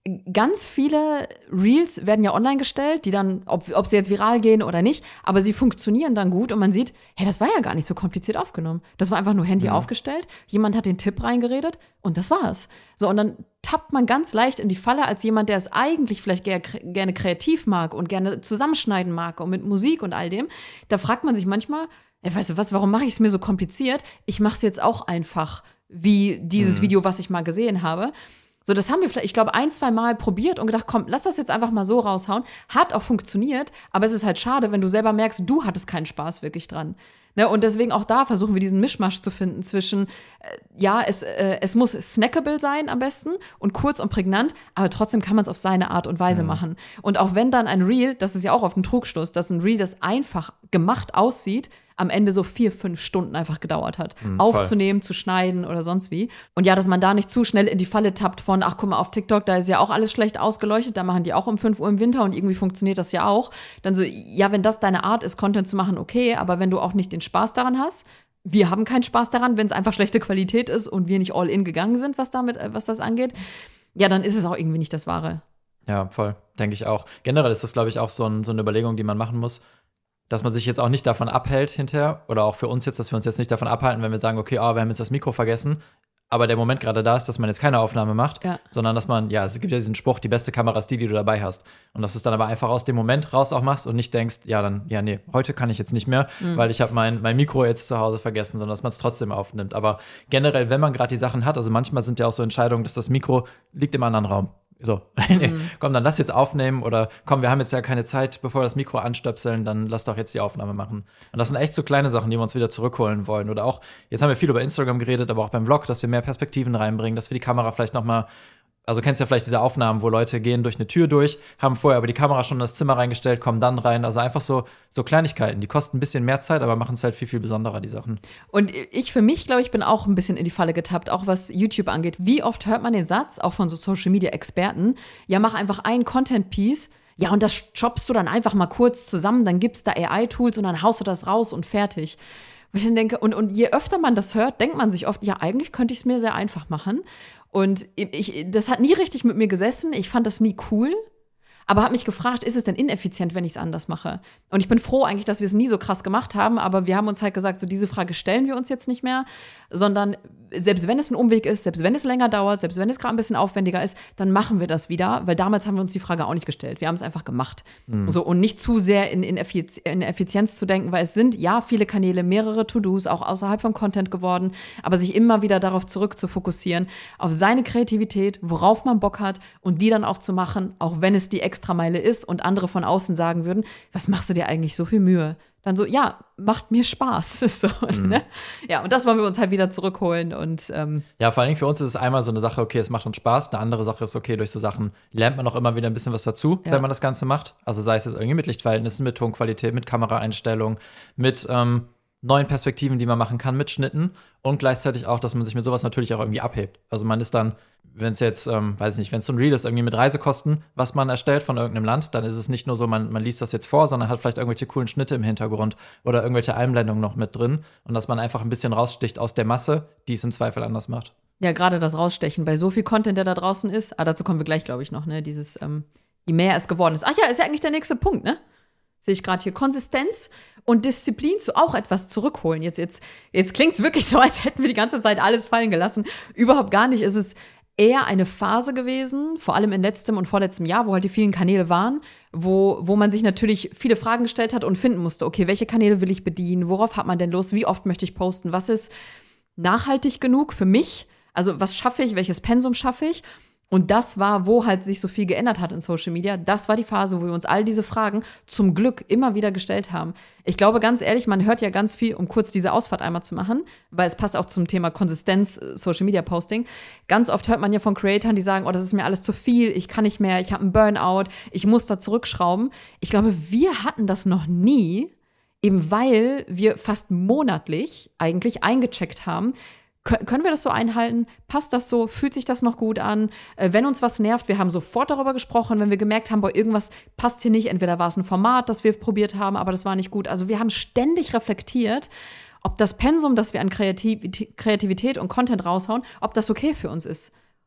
ganz viele Reels werden ja online gestellt, die dann, ob, ob sie jetzt viral gehen oder nicht, aber sie funktionieren dann gut und man sieht, hey, das war ja gar nicht so kompliziert aufgenommen. Das war einfach nur Handy ja. aufgestellt, jemand hat den Tipp reingeredet und das war's. So, und dann tappt man ganz leicht in die Falle als jemand, der es eigentlich vielleicht ger- gerne kreativ mag und gerne zusammenschneiden mag und mit Musik und all dem. Da fragt man sich manchmal, ey, weißt du was, warum mache ich es mir so kompliziert? Ich mache es jetzt auch einfach, wie dieses mhm. Video, was ich mal gesehen habe. So, das haben wir vielleicht, ich glaube, ein, zwei Mal probiert und gedacht, komm, lass das jetzt einfach mal so raushauen. Hat auch funktioniert, aber es ist halt schade, wenn du selber merkst, du hattest keinen Spaß wirklich dran. Ne? Und deswegen auch da versuchen wir diesen Mischmasch zu finden zwischen, äh, ja, es, äh, es muss snackable sein am besten und kurz und prägnant, aber trotzdem kann man es auf seine Art und Weise mhm. machen. Und auch wenn dann ein Reel, das ist ja auch oft ein Trugschluss, dass ein Reel, das einfach gemacht aussieht, am Ende so vier, fünf Stunden einfach gedauert hat. Mhm, aufzunehmen, zu schneiden oder sonst wie. Und ja, dass man da nicht zu schnell in die Falle tappt von, ach guck mal, auf TikTok, da ist ja auch alles schlecht ausgeleuchtet, da machen die auch um fünf Uhr im Winter und irgendwie funktioniert das ja auch. Dann so, ja, wenn das deine Art ist, Content zu machen, okay, aber wenn du auch nicht den Spaß daran hast, wir haben keinen Spaß daran, wenn es einfach schlechte Qualität ist und wir nicht all in gegangen sind, was damit, was das angeht, ja, dann ist es auch irgendwie nicht das Wahre. Ja, voll, denke ich auch. Generell ist das, glaube ich, auch so, ein, so eine Überlegung, die man machen muss, dass man sich jetzt auch nicht davon abhält hinterher oder auch für uns jetzt, dass wir uns jetzt nicht davon abhalten, wenn wir sagen, okay, oh, wir haben jetzt das Mikro vergessen, aber der Moment gerade da ist, dass man jetzt keine Aufnahme macht, ja. sondern dass man, ja, es gibt ja diesen Spruch, die beste Kamera ist die, die du dabei hast. Und dass du es dann aber einfach aus dem Moment raus auch machst und nicht denkst, ja, dann, ja, nee, heute kann ich jetzt nicht mehr, mhm. weil ich habe mein, mein Mikro jetzt zu Hause vergessen, sondern dass man es trotzdem aufnimmt. Aber generell, wenn man gerade die Sachen hat, also manchmal sind ja auch so Entscheidungen, dass das Mikro liegt im anderen Raum. So, mhm. komm, dann lass jetzt aufnehmen oder komm, wir haben jetzt ja keine Zeit, bevor wir das Mikro anstöpseln, dann lass doch jetzt die Aufnahme machen. Und das sind echt so kleine Sachen, die wir uns wieder zurückholen wollen. Oder auch, jetzt haben wir viel über Instagram geredet, aber auch beim Vlog, dass wir mehr Perspektiven reinbringen, dass wir die Kamera vielleicht noch mal, also kennst ja vielleicht diese Aufnahmen, wo Leute gehen durch eine Tür durch, haben vorher aber die Kamera schon in das Zimmer reingestellt, kommen dann rein. Also einfach so, so Kleinigkeiten, die kosten ein bisschen mehr Zeit, aber machen es halt viel, viel besonderer, die Sachen. Und ich für mich, glaube ich, bin auch ein bisschen in die Falle getappt, auch was YouTube angeht. Wie oft hört man den Satz, auch von so Social-Media-Experten, ja, mach einfach ein Content-Piece, ja, und das choppst du dann einfach mal kurz zusammen, dann gibt's da A I-Tools und dann haust du das raus und fertig. Wo ich dann denke, und, und je öfter man das hört, denkt man sich oft, ja, eigentlich könnte ich es mir sehr einfach machen. Und ich, das hat nie richtig mit mir gesessen. Ich fand das nie cool. Aber habe mich gefragt, ist es denn ineffizient, wenn ich es anders mache? Und ich bin froh eigentlich, dass wir es nie so krass gemacht haben. Aber wir haben uns halt gesagt, so diese Frage stellen wir uns jetzt nicht mehr. Sondern selbst wenn es ein Umweg ist, selbst wenn es länger dauert, selbst wenn es gerade ein bisschen aufwendiger ist, dann machen wir das wieder. Weil damals haben wir uns die Frage auch nicht gestellt. Wir haben es einfach gemacht. Mhm. So, und nicht zu sehr in, in, Effiz- in Effizienz zu denken, weil es sind ja viele Kanäle, mehrere To-Dos, auch außerhalb vom Content geworden. Aber sich immer wieder darauf zurück zu fokussieren, auf seine Kreativität, worauf man Bock hat und die dann auch zu machen, auch wenn es die Extrameile ist und andere von außen sagen würden, was machst du dir eigentlich so viel Mühe? Dann so, ja, macht mir Spaß. So, mhm. ne? Ja, und das wollen wir uns halt wieder zurückholen. Und, ähm ja, vor allen Dingen für uns ist es einmal so eine Sache, okay, es macht uns Spaß. Eine andere Sache ist, okay, durch so Sachen lernt man auch immer wieder ein bisschen was dazu, ja. wenn man das Ganze macht. Also sei es jetzt irgendwie mit Lichtverhältnissen, mit Tonqualität, mit Kameraeinstellungen, mit ähm, neuen Perspektiven, die man machen kann, mit Schnitten und gleichzeitig auch, dass man sich mit sowas natürlich auch irgendwie abhebt. Also man ist dann, wenn es jetzt, ähm, weiß nicht, wenn es so ein Reel ist, irgendwie mit Reisekosten, was man erstellt von irgendeinem Land, dann ist es nicht nur so, man, man liest das jetzt vor, sondern hat vielleicht irgendwelche coolen Schnitte im Hintergrund oder irgendwelche Einblendungen noch mit drin und dass man einfach ein bisschen raussticht aus der Masse, die es im Zweifel anders macht. Ja, gerade das Rausstechen bei so viel Content, der da draußen ist, ah, dazu kommen wir gleich, glaube ich, noch, ne, dieses, ähm, je mehr es geworden ist. Ach ja, ist ja eigentlich der nächste Punkt, ne? Sehe ich gerade hier, Konsistenz und Disziplin zu auch etwas zurückholen. Jetzt, jetzt, jetzt klingt es wirklich so, als hätten wir die ganze Zeit alles fallen gelassen. Überhaupt gar nicht. Es ist eher eine Phase gewesen, vor allem in letztem und vorletztem Jahr, wo halt die vielen Kanäle waren, wo, wo man sich natürlich viele Fragen gestellt hat und finden musste, okay, welche Kanäle will ich bedienen? Worauf hat man denn Lust? Wie oft möchte ich posten? Was ist nachhaltig genug für mich? Also was schaffe ich? Welches Pensum schaffe ich? Und das war, wo halt sich so viel geändert hat in Social Media. Das war die Phase, wo wir uns all diese Fragen zum Glück immer wieder gestellt haben. Ich glaube, ganz ehrlich, man hört ja ganz viel, um kurz diese Ausfahrt einmal zu machen, weil es passt auch zum Thema Konsistenz, Social Media Posting. Ganz oft hört man ja von Creatoren, die sagen, oh, das ist mir alles zu viel, ich kann nicht mehr, ich habe einen Burnout, ich muss da zurückschrauben. Ich glaube, wir hatten das noch nie, eben weil wir fast monatlich eigentlich eingecheckt haben, können wir das so einhalten? Passt das so? Fühlt sich das noch gut an? Äh, wenn uns was nervt, wir haben sofort darüber gesprochen, wenn wir gemerkt haben, boah, irgendwas passt hier nicht. Entweder war es ein Format, das wir probiert haben, aber das war nicht gut. Also wir haben ständig reflektiert, ob das Pensum, das wir an Kreativ- Kreativität und Content raushauen, ob das okay für uns ist.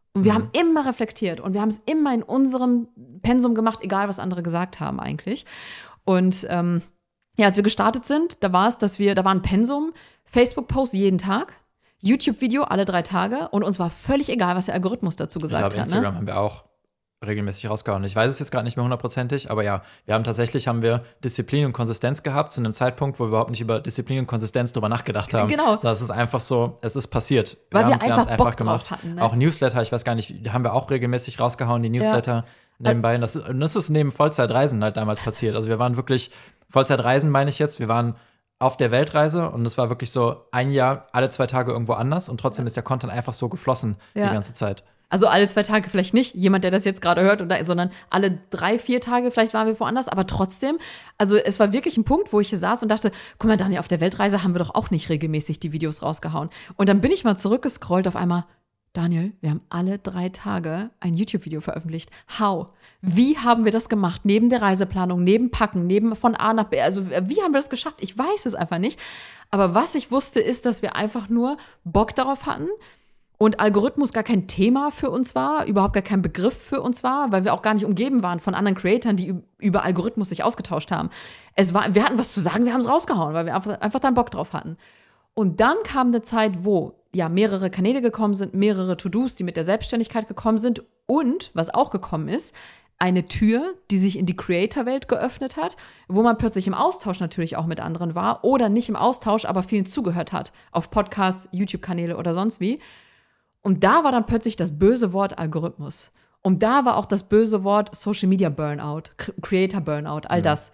Und wir Mhm. haben immer reflektiert und wir haben es immer in unserem Pensum gemacht, egal was andere gesagt haben eigentlich. Und ähm, ja, als wir gestartet sind, da war es, dass wir, da war ein Pensum, Facebook-Post jeden Tag, YouTube-Video alle drei Tage und uns war völlig egal, was der Algorithmus dazu gesagt Ich glaube, hat. Instagram Ne? haben wir auch regelmäßig rausgehauen. Ich weiß es jetzt gerade nicht mehr hundertprozentig, aber ja, wir haben tatsächlich haben wir Disziplin und Konsistenz gehabt zu einem Zeitpunkt, wo wir überhaupt nicht über Disziplin und Konsistenz drüber nachgedacht haben. Genau. Sondern es ist einfach so, es ist passiert. Weil wir haben's- einfach haben's Bock drauf hatten, ne? Auch Newsletter, ich weiß gar nicht, die haben wir auch regelmäßig rausgehauen, die Newsletter nebenbei. Das, ist- und das ist neben Vollzeitreisen halt damals passiert. Also wir waren wirklich, Vollzeitreisen meine ich jetzt, wir waren auf der Weltreise und es war wirklich so ein Jahr, alle zwei Tage irgendwo anders und trotzdem ist der Content einfach so geflossen Ja. die ganze Zeit. Also alle zwei Tage vielleicht nicht, jemand, der das jetzt gerade hört, und da, sondern alle drei, vier Tage vielleicht waren wir woanders, aber trotzdem, also es war wirklich ein Punkt, wo ich hier saß und dachte, guck mal, Daniel, auf der Weltreise haben wir doch auch nicht regelmäßig die Videos rausgehauen. Und dann bin ich mal zurückgescrollt auf einmal, Daniel, wir haben alle drei Tage ein YouTube-Video veröffentlicht. How? Wie haben wir das gemacht? Neben der Reiseplanung, neben Packen, neben von A nach B. Also wie haben wir das geschafft? Ich weiß es einfach nicht. Aber was ich wusste, ist, dass wir einfach nur Bock darauf hatten, und Algorithmus gar kein Thema für uns war, überhaupt gar kein Begriff für uns war, weil wir auch gar nicht umgeben waren von anderen Creatoren, die über Algorithmus sich ausgetauscht haben. Es war, wir hatten was zu sagen, wir haben es rausgehauen, weil wir einfach, einfach dann Bock drauf hatten. Und dann kam eine Zeit, wo ja mehrere Kanäle gekommen sind, mehrere To-Dos, die mit der Selbstständigkeit gekommen sind und, was auch gekommen ist, eine Tür, die sich in die Creator-Welt geöffnet hat, wo man plötzlich im Austausch natürlich auch mit anderen war oder nicht im Austausch, aber vielen zugehört hat, auf Podcasts, YouTube-Kanäle oder sonst wie. Und da war dann plötzlich das böse Wort Algorithmus. Und da war auch das böse Wort Social Media Burnout, Creator Burnout, all das.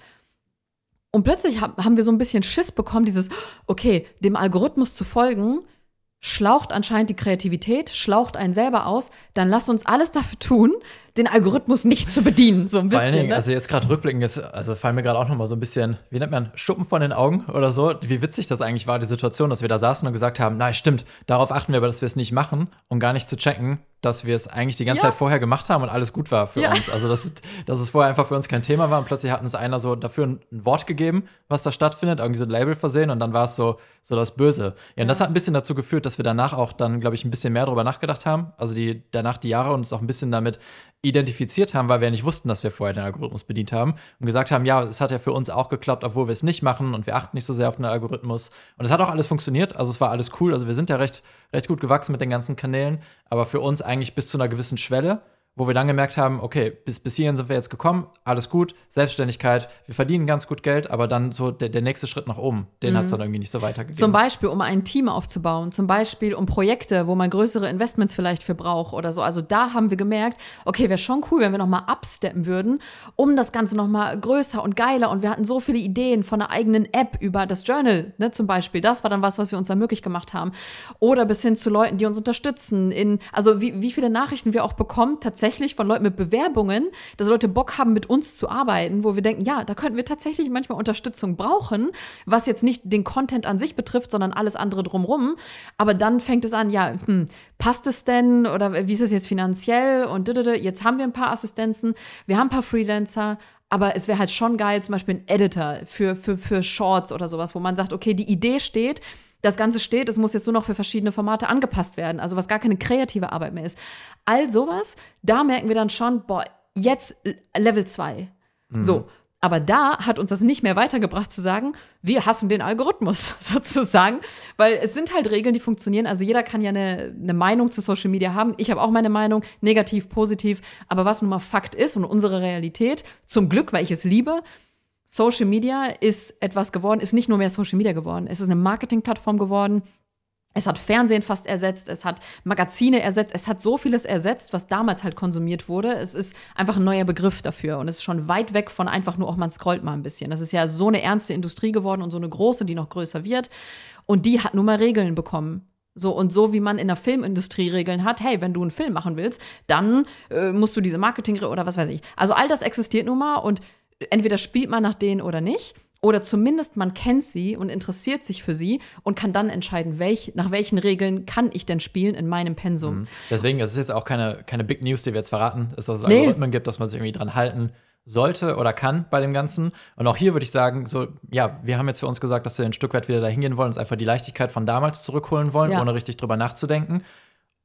Und plötzlich haben wir so ein bisschen Schiss bekommen, dieses, okay, dem Algorithmus zu folgen, schlaucht anscheinend die Kreativität, schlaucht einen selber aus, dann lass uns alles dafür tun, den Algorithmus nicht zu bedienen, so ein Vor allen bisschen. Dingen, Ne? also jetzt gerade rückblickend, jetzt, also fallen mir gerade auch noch mal so ein bisschen, wie nennt man, Schuppen von den Augen oder so, wie witzig das eigentlich war, die Situation, dass wir da saßen und gesagt haben, na stimmt, darauf achten wir aber, dass wir es nicht machen und gar nicht zu checken, dass wir es eigentlich die ganze Ja. Zeit vorher gemacht haben und alles gut war für Ja. uns. Also dass, dass es vorher einfach für uns kein Thema war und plötzlich hat uns einer so dafür ein, ein Wort gegeben, was da stattfindet, irgendwie so ein Label versehen und dann war es so, so das Böse. Ja, und das hat ein bisschen dazu geführt, dass wir danach auch dann, glaube ich, ein bisschen mehr darüber nachgedacht haben, also die danach die Jahre uns auch ein bisschen damit identifiziert haben, weil wir ja nicht wussten, dass wir vorher den Algorithmus bedient haben und gesagt haben, ja, es hat ja für uns auch geklappt, obwohl wir es nicht machen und wir achten nicht so sehr auf den Algorithmus. Und es hat auch alles funktioniert, also es war alles cool, also wir sind ja recht, recht gut gewachsen mit den ganzen Kanälen, aber für uns eigentlich bis zu einer gewissen Schwelle, wo wir dann gemerkt haben, okay, bis, bis hierhin sind wir jetzt gekommen, alles gut, Selbstständigkeit, wir verdienen ganz gut Geld, aber dann so der, der nächste Schritt nach oben, den Mhm. hat es dann irgendwie nicht so weitergegeben. Zum Beispiel, um ein Team aufzubauen, zum Beispiel um Projekte, wo man größere Investments vielleicht für braucht oder so. Also da haben wir gemerkt, okay, wäre schon cool, wenn wir nochmal upsteppen würden, um das Ganze nochmal größer und geiler. Und wir hatten so viele Ideen von einer eigenen App über das Journal, ne, zum Beispiel. Das war dann was, was wir uns dann möglich gemacht haben. Oder bis hin zu Leuten, die uns unterstützen. In, also wie, wie viele Nachrichten wir auch bekommen, tatsächlich von Leuten mit Bewerbungen, dass Leute Bock haben, mit uns zu arbeiten, wo wir denken, ja, da könnten wir tatsächlich manchmal Unterstützung brauchen, was jetzt nicht den Content an sich betrifft, sondern alles andere drumrum. Aber dann fängt es an, ja, hm, passt es denn oder wie ist es jetzt finanziell und jetzt haben wir ein paar Assistenzen, wir haben ein paar Freelancer, aber es wäre halt schon geil, zum Beispiel ein Editor für, für, für Shorts oder sowas, wo man sagt, okay, die Idee steht, das Ganze steht, es muss jetzt nur noch für verschiedene Formate angepasst werden, also was gar keine kreative Arbeit mehr ist. All sowas, da merken wir dann schon, boah, jetzt Level zwei. Mhm. So, aber da hat uns das nicht mehr weitergebracht zu sagen, wir hassen den Algorithmus sozusagen, weil es sind halt Regeln, die funktionieren. Also jeder kann ja eine, eine Meinung zu Social Media haben. Ich habe auch meine Meinung, negativ, positiv. Aber was nun mal Fakt ist und unsere Realität, zum Glück, weil ich es liebe, Social Media ist etwas geworden, ist nicht nur mehr Social Media geworden. Es ist eine Marketingplattform geworden. Es hat Fernsehen fast ersetzt, es hat Magazine ersetzt, es hat so vieles ersetzt, was damals halt konsumiert wurde. Es ist einfach ein neuer Begriff dafür und es ist schon weit weg von einfach nur, auch man scrollt mal ein bisschen. Das ist ja so eine ernste Industrie geworden und so eine große, die noch größer wird. Und die hat nun mal Regeln bekommen. So, und so wie man in der Filmindustrie Regeln hat, hey, wenn du einen Film machen willst, dann äh, musst du diese Marketing- oder was weiß ich. Also all das existiert nun mal und entweder spielt man nach denen oder nicht. Oder zumindest man kennt sie und interessiert sich für sie und kann dann entscheiden, welch, nach welchen Regeln kann ich denn spielen in meinem Pensum. Mhm. Deswegen ist es jetzt auch keine, keine Big News, die wir jetzt verraten, ist, dass es Nee. Algorithmen gibt, dass man sich irgendwie dran halten sollte oder kann bei dem Ganzen. Und auch hier würde ich sagen, so, ja, wir haben jetzt für uns gesagt, dass wir ein Stück weit wieder dahin gehen wollen, uns einfach die Leichtigkeit von damals zurückholen wollen, Ja. ohne richtig drüber nachzudenken.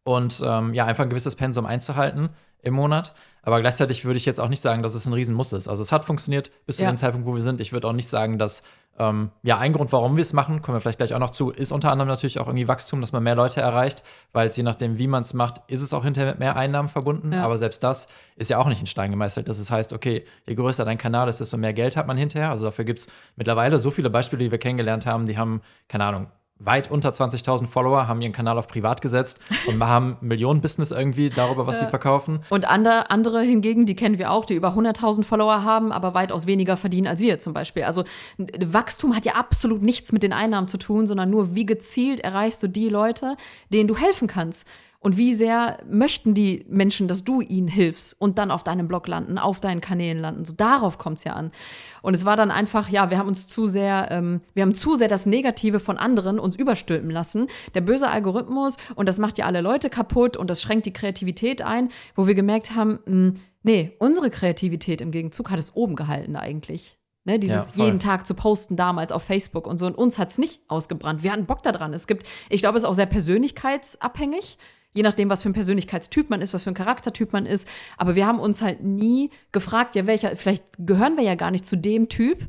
und ähm, ja, einfach ein gewisses Pensum einzuhalten im Monat. Aber gleichzeitig würde ich jetzt auch nicht sagen, dass es ein Riesenmuss ist. Also es hat funktioniert bis zu Ja. dem Zeitpunkt, wo wir sind. Ich würde auch nicht sagen, dass ähm, ja, ein Grund, warum wir es machen, kommen wir vielleicht gleich auch noch zu, ist unter anderem natürlich auch irgendwie Wachstum, dass man mehr Leute erreicht, weil es je nachdem, wie man es macht, ist es auch hinterher mit mehr Einnahmen verbunden. Ja. Aber selbst das ist ja auch nicht in Stein gemeißelt. Dass es heißt, okay, je größer dein Kanal ist, desto mehr Geld hat man hinterher. Also dafür gibt es mittlerweile so viele Beispiele, die wir kennengelernt haben, die haben, keine Ahnung, weit unter zwanzigtausend Follower, haben ihren Kanal auf privat gesetzt und haben Millionen-Business irgendwie darüber, was Ja. sie verkaufen. Und andere, andere hingegen, die kennen wir auch, die über hunderttausend Follower haben, aber weitaus weniger verdienen als wir zum Beispiel. Also n- Wachstum hat ja absolut nichts mit den Einnahmen zu tun, sondern nur, wie gezielt erreichst du die Leute, denen du helfen kannst. Und wie sehr möchten die Menschen, dass du ihnen hilfst und dann auf deinem Blog landen, auf deinen Kanälen landen. So darauf kommt es ja an. Und es war dann einfach, ja, wir haben uns zu sehr, ähm, wir haben zu sehr das Negative von anderen uns überstülpen lassen. Der böse Algorithmus und das macht ja alle Leute kaputt und das schränkt die Kreativität ein, wo wir gemerkt haben, mh, nee, unsere Kreativität im Gegenzug hat es oben gehalten eigentlich. Ne, dieses Ja, voll. jeden Tag zu posten damals auf Facebook und so. Und uns hat es nicht ausgebrannt. Wir hatten Bock daran. Es gibt, ich glaube, es ist auch sehr persönlichkeitsabhängig. Je nachdem, was für ein Persönlichkeitstyp man ist, was für ein Charaktertyp man ist. Aber wir haben uns halt nie gefragt, ja, welcher, vielleicht gehören wir ja gar nicht zu dem Typ,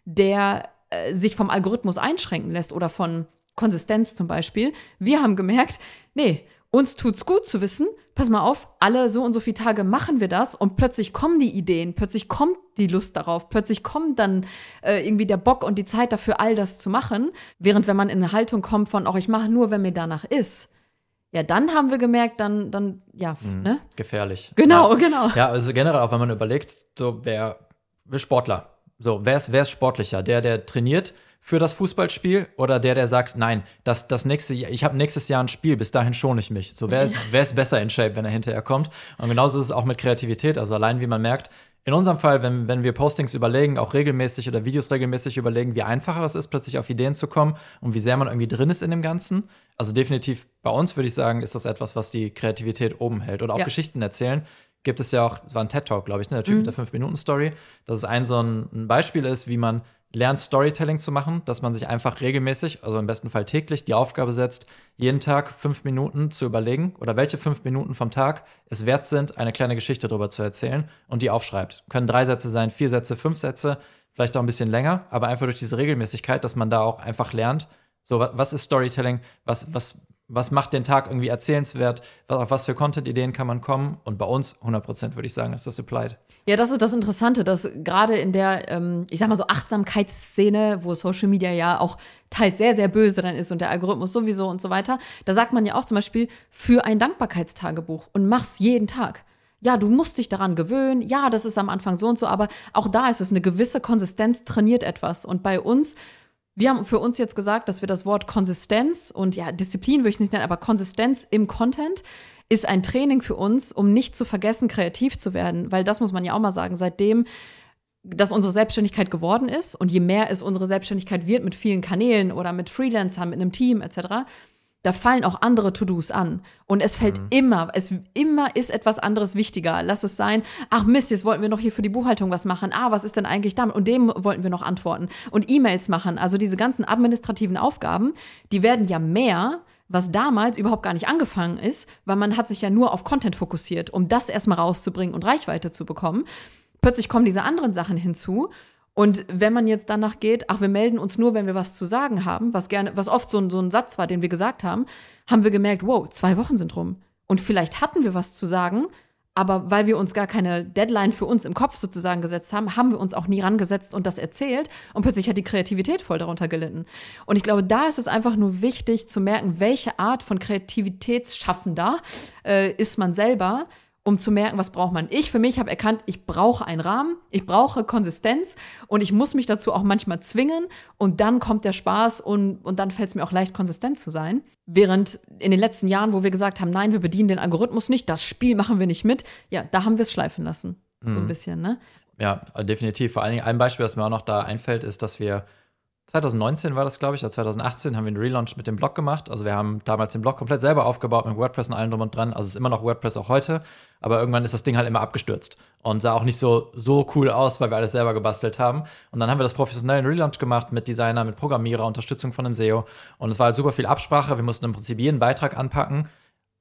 der äh, sich vom Algorithmus einschränken lässt oder von Konsistenz zum Beispiel. Wir haben gemerkt, nee, uns tut's gut zu wissen, pass mal auf, alle so und so viele Tage machen wir das und plötzlich kommen die Ideen, plötzlich kommt die Lust darauf, plötzlich kommt dann äh, irgendwie der Bock und die Zeit dafür, all das zu machen. Während wenn man in eine Haltung kommt von, auch ich mache nur, wenn mir danach ist, ja, dann haben wir gemerkt, dann, dann ja, Mhm. ne? Gefährlich. Genau, Ja. genau. Ja, also generell auch, wenn man überlegt, so wer, wer Sportler, so wer ist, wer ist sportlicher? Der, der trainiert für das Fußballspiel oder der, der sagt, nein, das, das nächste, Jahr- ich habe nächstes Jahr ein Spiel, bis dahin schone ich mich. So wer ist, wer ist besser in Shape, wenn er hinterher kommt? Und genauso ist es auch mit Kreativität. Also allein wie man merkt, in unserem Fall, wenn, wenn wir Postings überlegen, auch regelmäßig oder Videos regelmäßig überlegen, wie einfacher es ist, plötzlich auf Ideen zu kommen und wie sehr man irgendwie drin ist in dem Ganzen. Also definitiv bei uns würde ich sagen, ist das etwas, was die Kreativität oben hält. Oder auch Ja. Geschichten erzählen. Gibt es ja auch, das war ein TED-Talk, glaube ich, ne? Der Typ Mhm. mit der fünf-Minuten-Story, dass es ein so ein, ein Beispiel ist, wie man lernt, Storytelling zu machen, dass man sich einfach regelmäßig, also im besten Fall täglich, die Aufgabe setzt, jeden Tag fünf Minuten zu überlegen oder welche fünf Minuten vom Tag es wert sind, eine kleine Geschichte darüber zu erzählen und die aufschreibt. Können drei Sätze sein, vier Sätze, fünf Sätze, vielleicht auch ein bisschen länger, aber einfach durch diese Regelmäßigkeit, dass man da auch einfach lernt, so, wa- was ist Storytelling, was, was, was macht den Tag irgendwie erzählenswert, was, auf was für Content-Ideen kann man kommen und bei uns hundert Prozent würde ich sagen, ist das applied. Ja, das ist das Interessante, dass gerade in der, ähm, ich sag mal so, Achtsamkeitsszene, wo Social Media ja auch teils sehr, sehr böse dann ist und der Algorithmus sowieso und so weiter, da sagt man ja auch zum Beispiel, für ein Dankbarkeitstagebuch und mach's jeden Tag. Ja, du musst dich daran gewöhnen. Ja, das ist am Anfang so und so, aber auch da ist es eine gewisse Konsistenz, trainiert etwas. Und bei uns, wir haben für uns jetzt gesagt, dass wir das Wort Konsistenz und ja, Disziplin würde ich es nicht nennen, aber Konsistenz im Content ist ein Training für uns, um nicht zu vergessen, kreativ zu werden. Weil das muss man ja auch mal sagen, seitdem das unsere Selbstständigkeit geworden ist und je mehr es unsere Selbstständigkeit wird mit vielen Kanälen oder mit Freelancern, mit einem Team et cetera, da fallen auch andere To-Dos an. Und es fällt immer, es immer ist etwas anderes wichtiger. Lass es sein, ach Mist, jetzt wollten wir noch hier für die Buchhaltung was machen. Ah, was ist denn eigentlich damit? Und dem wollten wir noch antworten. Und E-Mails machen. Also diese ganzen administrativen Aufgaben, die werden ja mehr, was damals überhaupt gar nicht angefangen ist, weil man hat sich ja nur auf Content fokussiert, um das erstmal rauszubringen und Reichweite zu bekommen. Plötzlich kommen diese anderen Sachen hinzu. Und wenn man jetzt danach geht, ach, wir melden uns nur, wenn wir was zu sagen haben, was gerne, was oft so ein, so ein Satz war, den wir gesagt haben, haben wir gemerkt, wow, zwei Wochen sind rum. Und vielleicht hatten wir was zu sagen, aber weil wir uns gar keine Deadline für uns im Kopf sozusagen gesetzt haben, haben wir uns auch nie rangesetzt und das erzählt. Und plötzlich hat die Kreativität voll darunter gelitten. Und ich glaube, da ist es einfach nur wichtig zu merken, welche Art von Kreativitätsschaffender äh, ist man selber, um zu merken, was braucht man. Ich für mich habe erkannt, ich brauche einen Rahmen, ich brauche Konsistenz und ich muss mich dazu auch manchmal zwingen und dann kommt der Spaß und, und dann fällt es mir auch leicht, konsistent zu sein. Während in den letzten Jahren, wo wir gesagt haben, nein, wir bedienen den Algorithmus nicht, das Spiel machen wir nicht mit, ja, da haben wir es schleifen lassen. So ein bisschen, ne? Ja, definitiv. Vor allen Dingen ein Beispiel, das mir auch noch da einfällt, ist, dass wir zwanzig neunzehn war das, glaube ich, oder zwanzig achtzehn haben wir einen Relaunch mit dem Blog gemacht. Also wir haben damals den Blog komplett selber aufgebaut mit WordPress und allem drum und dran. Also es ist immer noch WordPress auch heute, aber irgendwann ist das Ding halt immer abgestürzt und sah auch nicht so, so cool aus, weil wir alles selber gebastelt haben. Und dann haben wir das professionellen Relaunch gemacht mit Designer, mit Programmierer, Unterstützung von einem S E O und es war halt super viel Absprache. Wir mussten im Prinzip jeden Beitrag anpacken.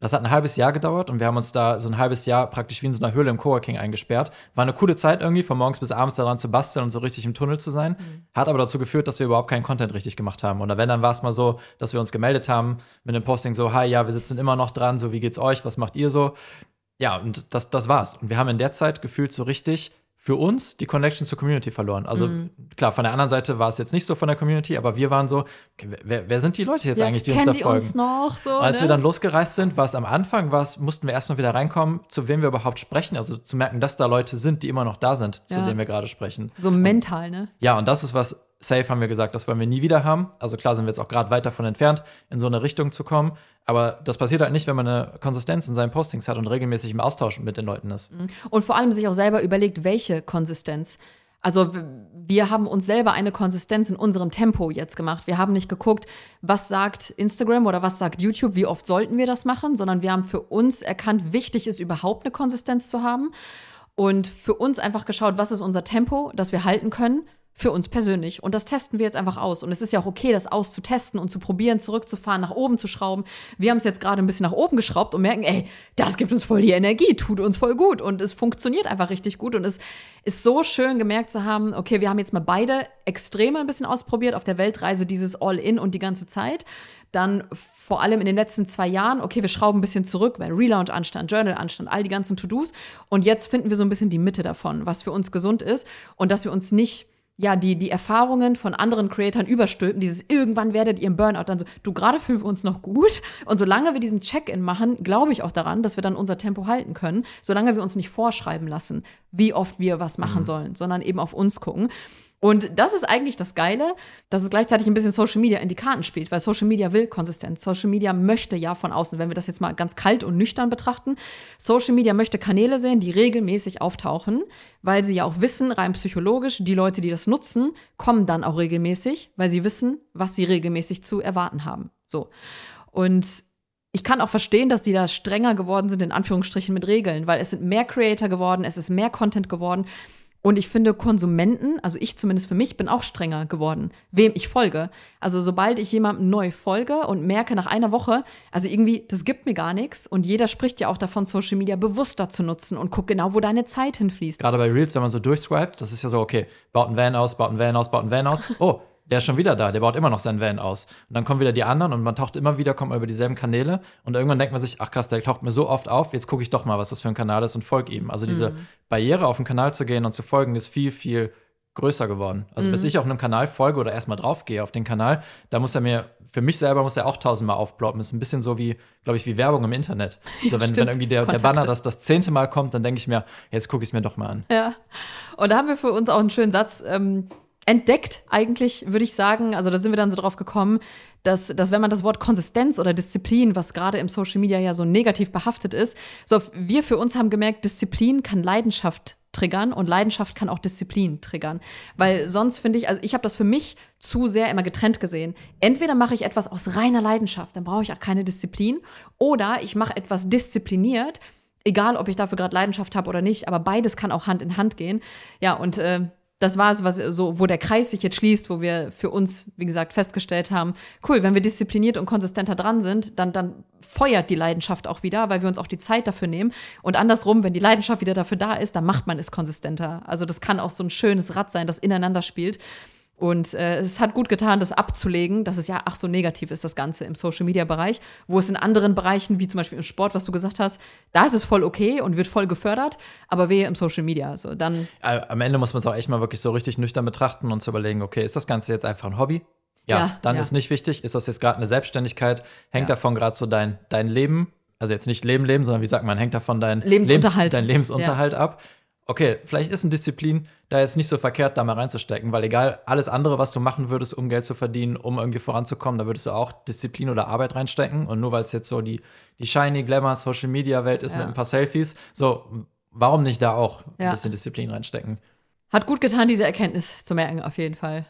Das hat ein halbes Jahr gedauert und wir haben uns da so ein halbes Jahr praktisch wie in so einer Höhle im Coworking eingesperrt. War eine coole Zeit irgendwie, von morgens bis abends daran zu basteln und so richtig im Tunnel zu sein. Mhm. Hat aber dazu geführt, dass wir überhaupt keinen Content richtig gemacht haben. Und wenn, dann war es mal so, dass wir uns gemeldet haben mit einem Posting so, hi, ja, wir sitzen immer noch dran, so, wie geht's euch, was macht ihr so? Ja, und das, das war's. Und wir haben in der Zeit gefühlt so richtig für uns die Connection zur Community verloren. Also mm. klar, von der anderen Seite war es jetzt nicht so von der Community, aber wir waren so, okay, wer, wer sind die Leute jetzt ja, eigentlich, die uns da folgen? Kennen die uns noch so, und als ne? wir dann losgereist sind, war es am Anfang, war's, mussten wir erstmal wieder reinkommen, zu wem wir überhaupt sprechen, also zu merken, dass da Leute sind, die immer noch da sind, ja. zu denen wir gerade sprechen. So mental, ne? Ja, und das ist was, safe haben wir gesagt, das wollen wir nie wieder haben. Also klar sind wir jetzt auch gerade weit davon entfernt, in so eine Richtung zu kommen. Aber das passiert halt nicht, wenn man eine Konsistenz in seinen Postings hat und regelmäßig im Austausch mit den Leuten ist. Und vor allem sich auch selber überlegt, welche Konsistenz. Also wir haben uns selber eine Konsistenz in unserem Tempo jetzt gemacht. Wir haben nicht geguckt, was sagt Instagram oder was sagt YouTube, wie oft sollten wir das machen, sondern wir haben für uns erkannt, wichtig ist überhaupt eine Konsistenz zu haben. Und für uns einfach geschaut, was ist unser Tempo, das wir halten können, für uns persönlich. Und das testen wir jetzt einfach aus. Und es ist ja auch okay, das auszutesten und zu probieren, zurückzufahren, nach oben zu schrauben. Wir haben es jetzt gerade ein bisschen nach oben geschraubt und merken, ey, das gibt uns voll die Energie, tut uns voll gut. Und es funktioniert einfach richtig gut. Und es ist so schön gemerkt zu haben, okay, wir haben jetzt mal beide Extreme ein bisschen ausprobiert auf der Weltreise, dieses All-In und die ganze Zeit. Dann vor allem in den letzten zwei Jahren, okay, wir schrauben ein bisschen zurück, weil Relaunch anstand, Journal anstand, all die ganzen To-Dos. Und jetzt finden wir so ein bisschen die Mitte davon, was für uns gesund ist. Und dass wir uns nicht ja, die, die Erfahrungen von anderen Creatoren überstülpen, dieses irgendwann werdet ihr im Burnout, dann so, du, gerade fühlen wir uns noch gut und solange wir diesen Check-in machen, glaube ich auch daran, dass wir dann unser Tempo halten können, solange wir uns nicht vorschreiben lassen, wie oft wir was machen mhm. sollen, sondern eben auf uns gucken. Und das ist eigentlich das Geile, dass es gleichzeitig ein bisschen Social Media in die Karten spielt, weil Social Media will Konsistenz. Social Media möchte ja von außen, wenn wir das jetzt mal ganz kalt und nüchtern betrachten, Social Media möchte Kanäle sehen, die regelmäßig auftauchen, weil sie ja auch wissen, rein psychologisch, die Leute, die das nutzen, kommen dann auch regelmäßig, weil sie wissen, was sie regelmäßig zu erwarten haben. So. Und ich kann auch verstehen, dass die da strenger geworden sind, in Anführungsstrichen mit Regeln, weil es sind mehr Creator geworden, es ist mehr Content geworden. Und ich finde, Konsumenten, also ich zumindest für mich, bin auch strenger geworden, wem ich folge. Also sobald ich jemandem neu folge und merke nach einer Woche, also irgendwie, das gibt mir gar nichts. Und jeder spricht ja auch davon, Social Media bewusster zu nutzen und guck genau, wo deine Zeit hinfließt. Gerade bei Reels, wenn man so durchswipet, das ist ja so, okay, baut ein Van aus, baut ein Van aus, baut ein Van aus. Oh, der ist schon wieder da, der baut immer noch seinen Van aus. Und dann kommen wieder die anderen und man taucht immer wieder, kommt man über dieselben Kanäle und irgendwann denkt man sich, ach krass, der taucht mir so oft auf, jetzt gucke ich doch mal, was das für ein Kanal ist und folge ihm. Also diese mhm. Barriere, auf den Kanal zu gehen und zu folgen, ist viel, viel größer geworden. Also mhm. bis ich auf einem Kanal folge oder erstmal drauf gehe auf den Kanal, da muss er mir, für mich selber muss er auch tausendmal aufploppen. Das ist ein bisschen so wie, glaube ich, wie Werbung im Internet. Ja, so, wenn, wenn irgendwie der, der Banner das, das zehnte Mal kommt, dann denke ich mir, jetzt gucke ich es mir doch mal an. Ja, und da haben wir für uns auch einen schönen Satz, ähm, entdeckt eigentlich, würde ich sagen, also da sind wir dann so drauf gekommen, dass, dass wenn man das Wort Konsistenz oder Disziplin, was gerade im Social Media ja so negativ behaftet ist, so wir für uns haben gemerkt, Disziplin kann Leidenschaft triggern und Leidenschaft kann auch Disziplin triggern. Weil sonst finde ich, also ich habe das für mich zu sehr immer getrennt gesehen. Entweder mache ich etwas aus reiner Leidenschaft, dann brauche ich auch keine Disziplin, oder ich mache etwas diszipliniert, egal ob ich dafür gerade Leidenschaft habe oder nicht, aber beides kann auch Hand in Hand gehen. Ja, und äh, das war es, was so, wo der Kreis sich jetzt schließt, wo wir für uns, wie gesagt, festgestellt haben, cool, wenn wir diszipliniert und konsistenter dran sind, dann, dann feuert die Leidenschaft auch wieder, weil wir uns auch die Zeit dafür nehmen. Und andersrum, wenn die Leidenschaft wieder dafür da ist, dann macht man es konsistenter. Also das kann auch so ein schönes Rad sein, das ineinander spielt. Und äh, es hat gut getan, das abzulegen, dass es ja ach so negativ ist, das Ganze im Social-Media-Bereich, wo es in anderen Bereichen, wie zum Beispiel im Sport, was du gesagt hast, da ist es voll okay und wird voll gefördert, aber wehe im Social-Media. Also dann Am Ende muss man es auch echt mal wirklich so richtig nüchtern betrachten und zu überlegen, okay, ist das Ganze jetzt einfach ein Hobby? Ja, ja dann ja. ist nicht wichtig. Ist das jetzt gerade eine Selbstständigkeit? Hängt ja. davon gerade so dein, dein Leben, also jetzt nicht Leben, Leben, sondern wie sagt man, hängt davon dein Lebensunterhalt, Lebens, dein Lebensunterhalt ja. ab? Okay, vielleicht ist eine Disziplin da jetzt nicht so verkehrt, da mal reinzustecken, weil egal, alles andere, was du machen würdest, um Geld zu verdienen, um irgendwie voranzukommen, da würdest du auch Disziplin oder Arbeit reinstecken. Und nur weil es jetzt so die, die shiny Glamour Social Media Welt ist ja. mit ein paar Selfies, so, warum nicht da auch ein ja. bisschen Disziplin reinstecken? Hat gut getan, diese Erkenntnis zu merken, auf jeden Fall.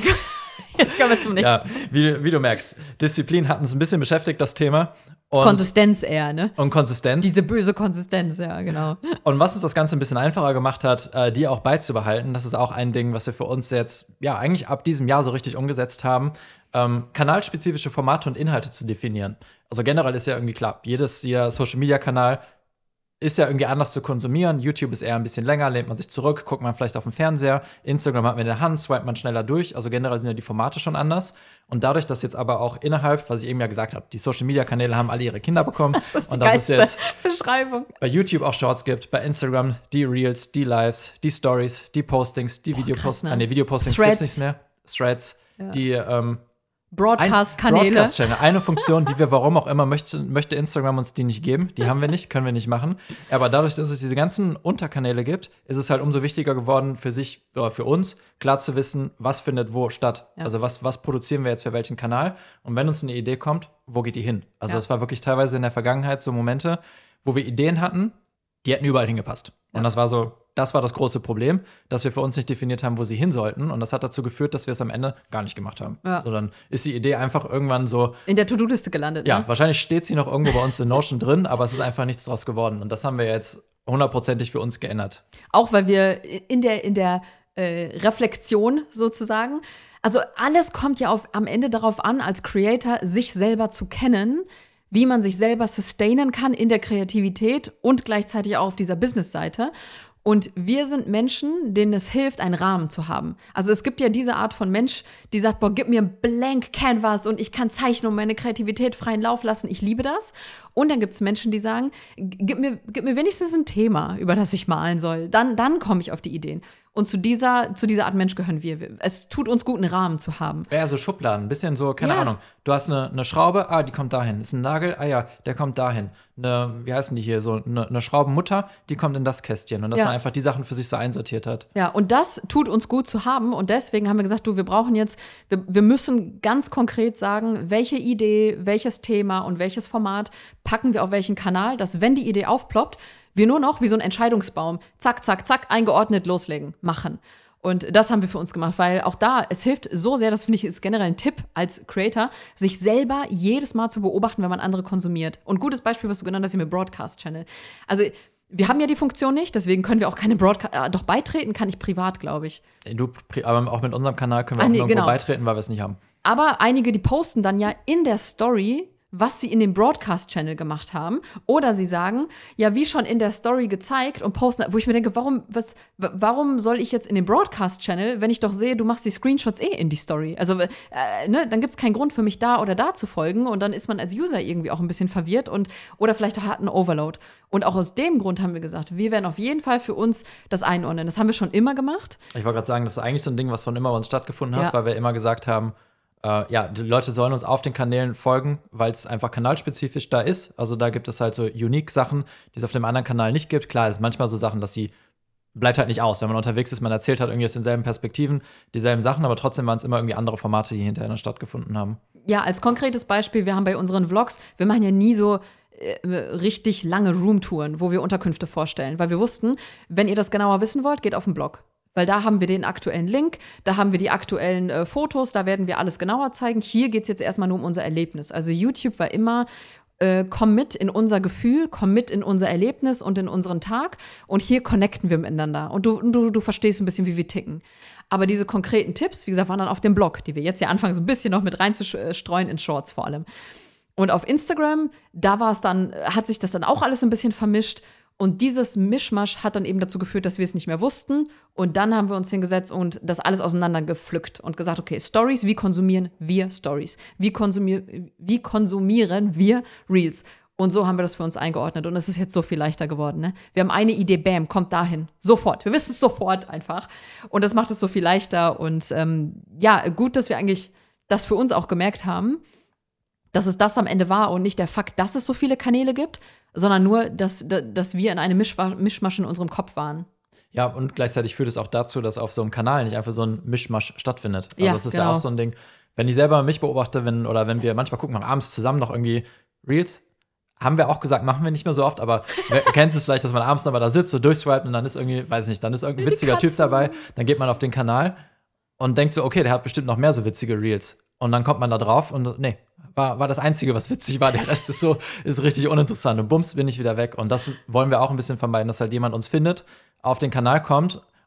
Jetzt kommen wir zum nächsten. Ja, wie, wie du merkst, Disziplin hat uns ein bisschen beschäftigt, das Thema. Und Konsistenz eher, ne? Und Konsistenz. Diese böse Konsistenz, ja, genau. Und was uns das Ganze ein bisschen einfacher gemacht hat, äh, die auch beizubehalten, das ist auch ein Ding, was wir für uns jetzt, ja, eigentlich ab diesem Jahr so richtig umgesetzt haben. ähm, kanalspezifische Formate und Inhalte zu definieren. Also generell ist ja irgendwie klar, jedes, jeder Social-Media-Kanal ist ja irgendwie anders zu konsumieren. YouTube ist eher ein bisschen länger, lehnt man sich zurück, guckt man vielleicht auf den Fernseher. Instagram hat man in der Hand, swipet man schneller durch. Also generell sind ja die Formate schon anders. Und dadurch, dass jetzt aber auch innerhalb, was ich eben ja gesagt habe, die Social-Media-Kanäle haben alle ihre Kinder bekommen. Das ist die und dass geilste es jetzt Beschreibung. bei YouTube auch Shorts gibt, bei Instagram die Reels, die Lives, die Stories, die Postings, die Videopostings. ne? Ah, nee, Videopostings Threads. gibt's nicht mehr. Threads, Ja. die ähm, Broadcast-Kanäle. Broadcast-Channel. Eine Funktion, die wir warum auch immer möchte, möchte Instagram uns die nicht geben. Die haben wir nicht, können wir nicht machen. Aber dadurch, dass es diese ganzen Unterkanäle gibt, ist es halt umso wichtiger geworden für sich, oder für uns, klar zu wissen, was findet wo statt. Ja. Also was, was produzieren wir jetzt für welchen Kanal? Und wenn uns eine Idee kommt, wo geht die hin? Also es Ja. war wirklich teilweise in der Vergangenheit so Momente, wo wir Ideen hatten, die hätten überall hingepasst. Ja. Und das war so, das war das große Problem, dass wir für uns nicht definiert haben, wo sie hin sollten. Und das hat dazu geführt, dass wir es am Ende gar nicht gemacht haben. Ja. So, dann ist die Idee einfach irgendwann so, In der To-Do-Liste gelandet. ja, Ne? wahrscheinlich steht sie noch irgendwo bei uns in Notion drin, aber es ist einfach nichts draus geworden. Und das haben wir jetzt hundertprozentig für uns geändert. Auch weil wir in der, in der äh, Reflexion sozusagen, also alles kommt ja auf, am Ende darauf an, als Creator sich selber zu kennen, wie man sich selber sustainen kann in der Kreativität und gleichzeitig auch auf dieser Business-Seite. Und wir sind Menschen, denen es hilft, einen Rahmen zu haben. Also es gibt ja diese Art von Mensch, die sagt, boah, gib mir ein Blank Canvas und ich kann zeichnen und meine Kreativität freien Lauf lassen. Ich liebe das. Und dann gibt es Menschen, die sagen, gib mir, gib mir wenigstens ein Thema, über das ich malen soll. Dann, dann komme ich auf die Ideen. Und zu dieser, zu dieser Art Mensch gehören wir. Es tut uns gut, einen Rahmen zu haben. Ja, so Schubladen, ein bisschen so, keine Ja. Ahnung. Du hast eine, eine Schraube, ah, die kommt dahin. Ist ein Nagel, ah ja, der kommt dahin. Eine, wie heißen die hier, so eine, eine Schraubenmutter, die kommt in das Kästchen. Und dass Ja. man einfach die Sachen für sich so einsortiert hat. Ja, und das tut uns gut zu haben. Und deswegen haben wir gesagt, du, wir brauchen jetzt, wir, wir müssen ganz konkret sagen, welche Idee, welches Thema und welches Format packen wir auf welchen Kanal, dass, wenn die Idee aufploppt, wir nur noch wie so ein Entscheidungsbaum, zack, zack, zack, eingeordnet, loslegen, machen. Und das haben wir für uns gemacht, weil auch da, es hilft so sehr, das finde ich ist generell ein Tipp als Creator, sich selber jedes Mal zu beobachten, wenn man andere konsumiert. Und gutes Beispiel, was du genannt hast, hier mit Broadcast-Channel. Also wir haben ja die Funktion nicht, deswegen können wir auch keine Broadcast, äh, doch beitreten kann ich privat, glaube ich. Du, pri- aber auch mit unserem Kanal können wir Ach auch nee, nirgendwo genau. beitreten, weil wir es nicht haben. Aber einige, die posten dann ja in der Story, was sie in dem Broadcast-Channel gemacht haben. Oder sie sagen, ja, wie schon in der Story gezeigt und posten, wo ich mir denke, warum, was, w- warum soll ich jetzt in den Broadcast-Channel, wenn ich doch sehe, du machst die Screenshots eh in die Story? Also, äh, ne, dann gibt es keinen Grund für mich, da oder da zu folgen. Und dann ist man als User irgendwie auch ein bisschen verwirrt und oder vielleicht hat einen Overload. Und auch aus dem Grund haben wir gesagt, wir werden auf jeden Fall für uns das einordnen. Das haben wir schon immer gemacht. Ich wollte gerade sagen, das ist eigentlich so ein Ding, was von immer bei uns stattgefunden hat, Ja. weil wir immer gesagt haben, äh, ja, die Leute sollen uns auf den Kanälen folgen, weil es einfach kanalspezifisch da ist. Also da gibt es halt so Unique-Sachen, die es auf dem anderen Kanal nicht gibt. Klar, es ist manchmal so Sachen, dass die bleibt halt nicht aus. Wenn man unterwegs ist, man erzählt halt irgendwie aus denselben Perspektiven, dieselben Sachen, aber trotzdem waren es immer irgendwie andere Formate, die hinterher stattgefunden haben. Ja, als konkretes Beispiel, wir haben bei unseren Vlogs, wir machen ja nie so äh, richtig lange Roomtouren, wo wir Unterkünfte vorstellen, weil wir wussten, wenn ihr das genauer wissen wollt, geht auf den Blog. Weil da haben wir den aktuellen Link, da haben wir die aktuellen äh, Fotos, da werden wir alles genauer zeigen. Hier geht es jetzt erstmal nur um unser Erlebnis. Also YouTube war immer, äh, komm mit in unser Gefühl, komm mit in unser Erlebnis und in unseren Tag. Und hier connecten wir miteinander. Und du, du, du verstehst ein bisschen, wie wir ticken. Aber diese konkreten Tipps, wie gesagt, waren dann auf dem Blog, die wir jetzt ja anfangen, so ein bisschen noch mit reinzustreuen, in Shorts vor allem. Und auf Instagram, da war es dann, hat sich das dann auch alles ein bisschen vermischt. Und dieses Mischmasch hat dann eben dazu geführt, dass wir es nicht mehr wussten. Und dann haben wir uns hingesetzt und das alles auseinandergepflückt und gesagt, okay, Stories, wie konsumieren wir Stories? Wie, konsumier wie konsumieren wir Reels? Und so haben wir das für uns eingeordnet. Und es ist jetzt so viel leichter geworden. Ne? Wir haben eine Idee, bam, kommt dahin. Sofort. Wir wissen es sofort einfach. Und das macht es so viel leichter. Und ähm, ja, gut, dass wir eigentlich das für uns auch gemerkt haben, dass es das am Ende war und nicht der Fakt, dass es so viele Kanäle gibt, sondern nur, dass, dass wir in einem Mischwa- Mischmasch in unserem Kopf waren. Ja, und gleichzeitig führt es auch dazu, dass auf so einem Kanal nicht einfach so ein Mischmasch stattfindet. Also Ja, das ist genau. ja auch so ein Ding, wenn ich selber mich beobachte, wenn, oder wenn wir manchmal gucken, noch abends zusammen noch irgendwie Reels, haben wir auch gesagt, machen wir nicht mehr so oft, aber wer kennt es vielleicht, dass man abends noch mal da sitzt, so durchswipen und dann ist irgendwie, weiß nicht, dann ist irgendein Die witziger Typ Katze. dabei, dann geht man auf den Kanal und denkt so, okay, der hat bestimmt noch mehr so witzige Reels. Und dann kommt man da drauf und nee, war, war das Einzige, was witzig war. Der Rest ist so, ist richtig uninteressant. Und bums, bin ich wieder weg. Und das wollen wir auch ein bisschen vermeiden, dass halt jemand uns findet, auf den Kanal kommt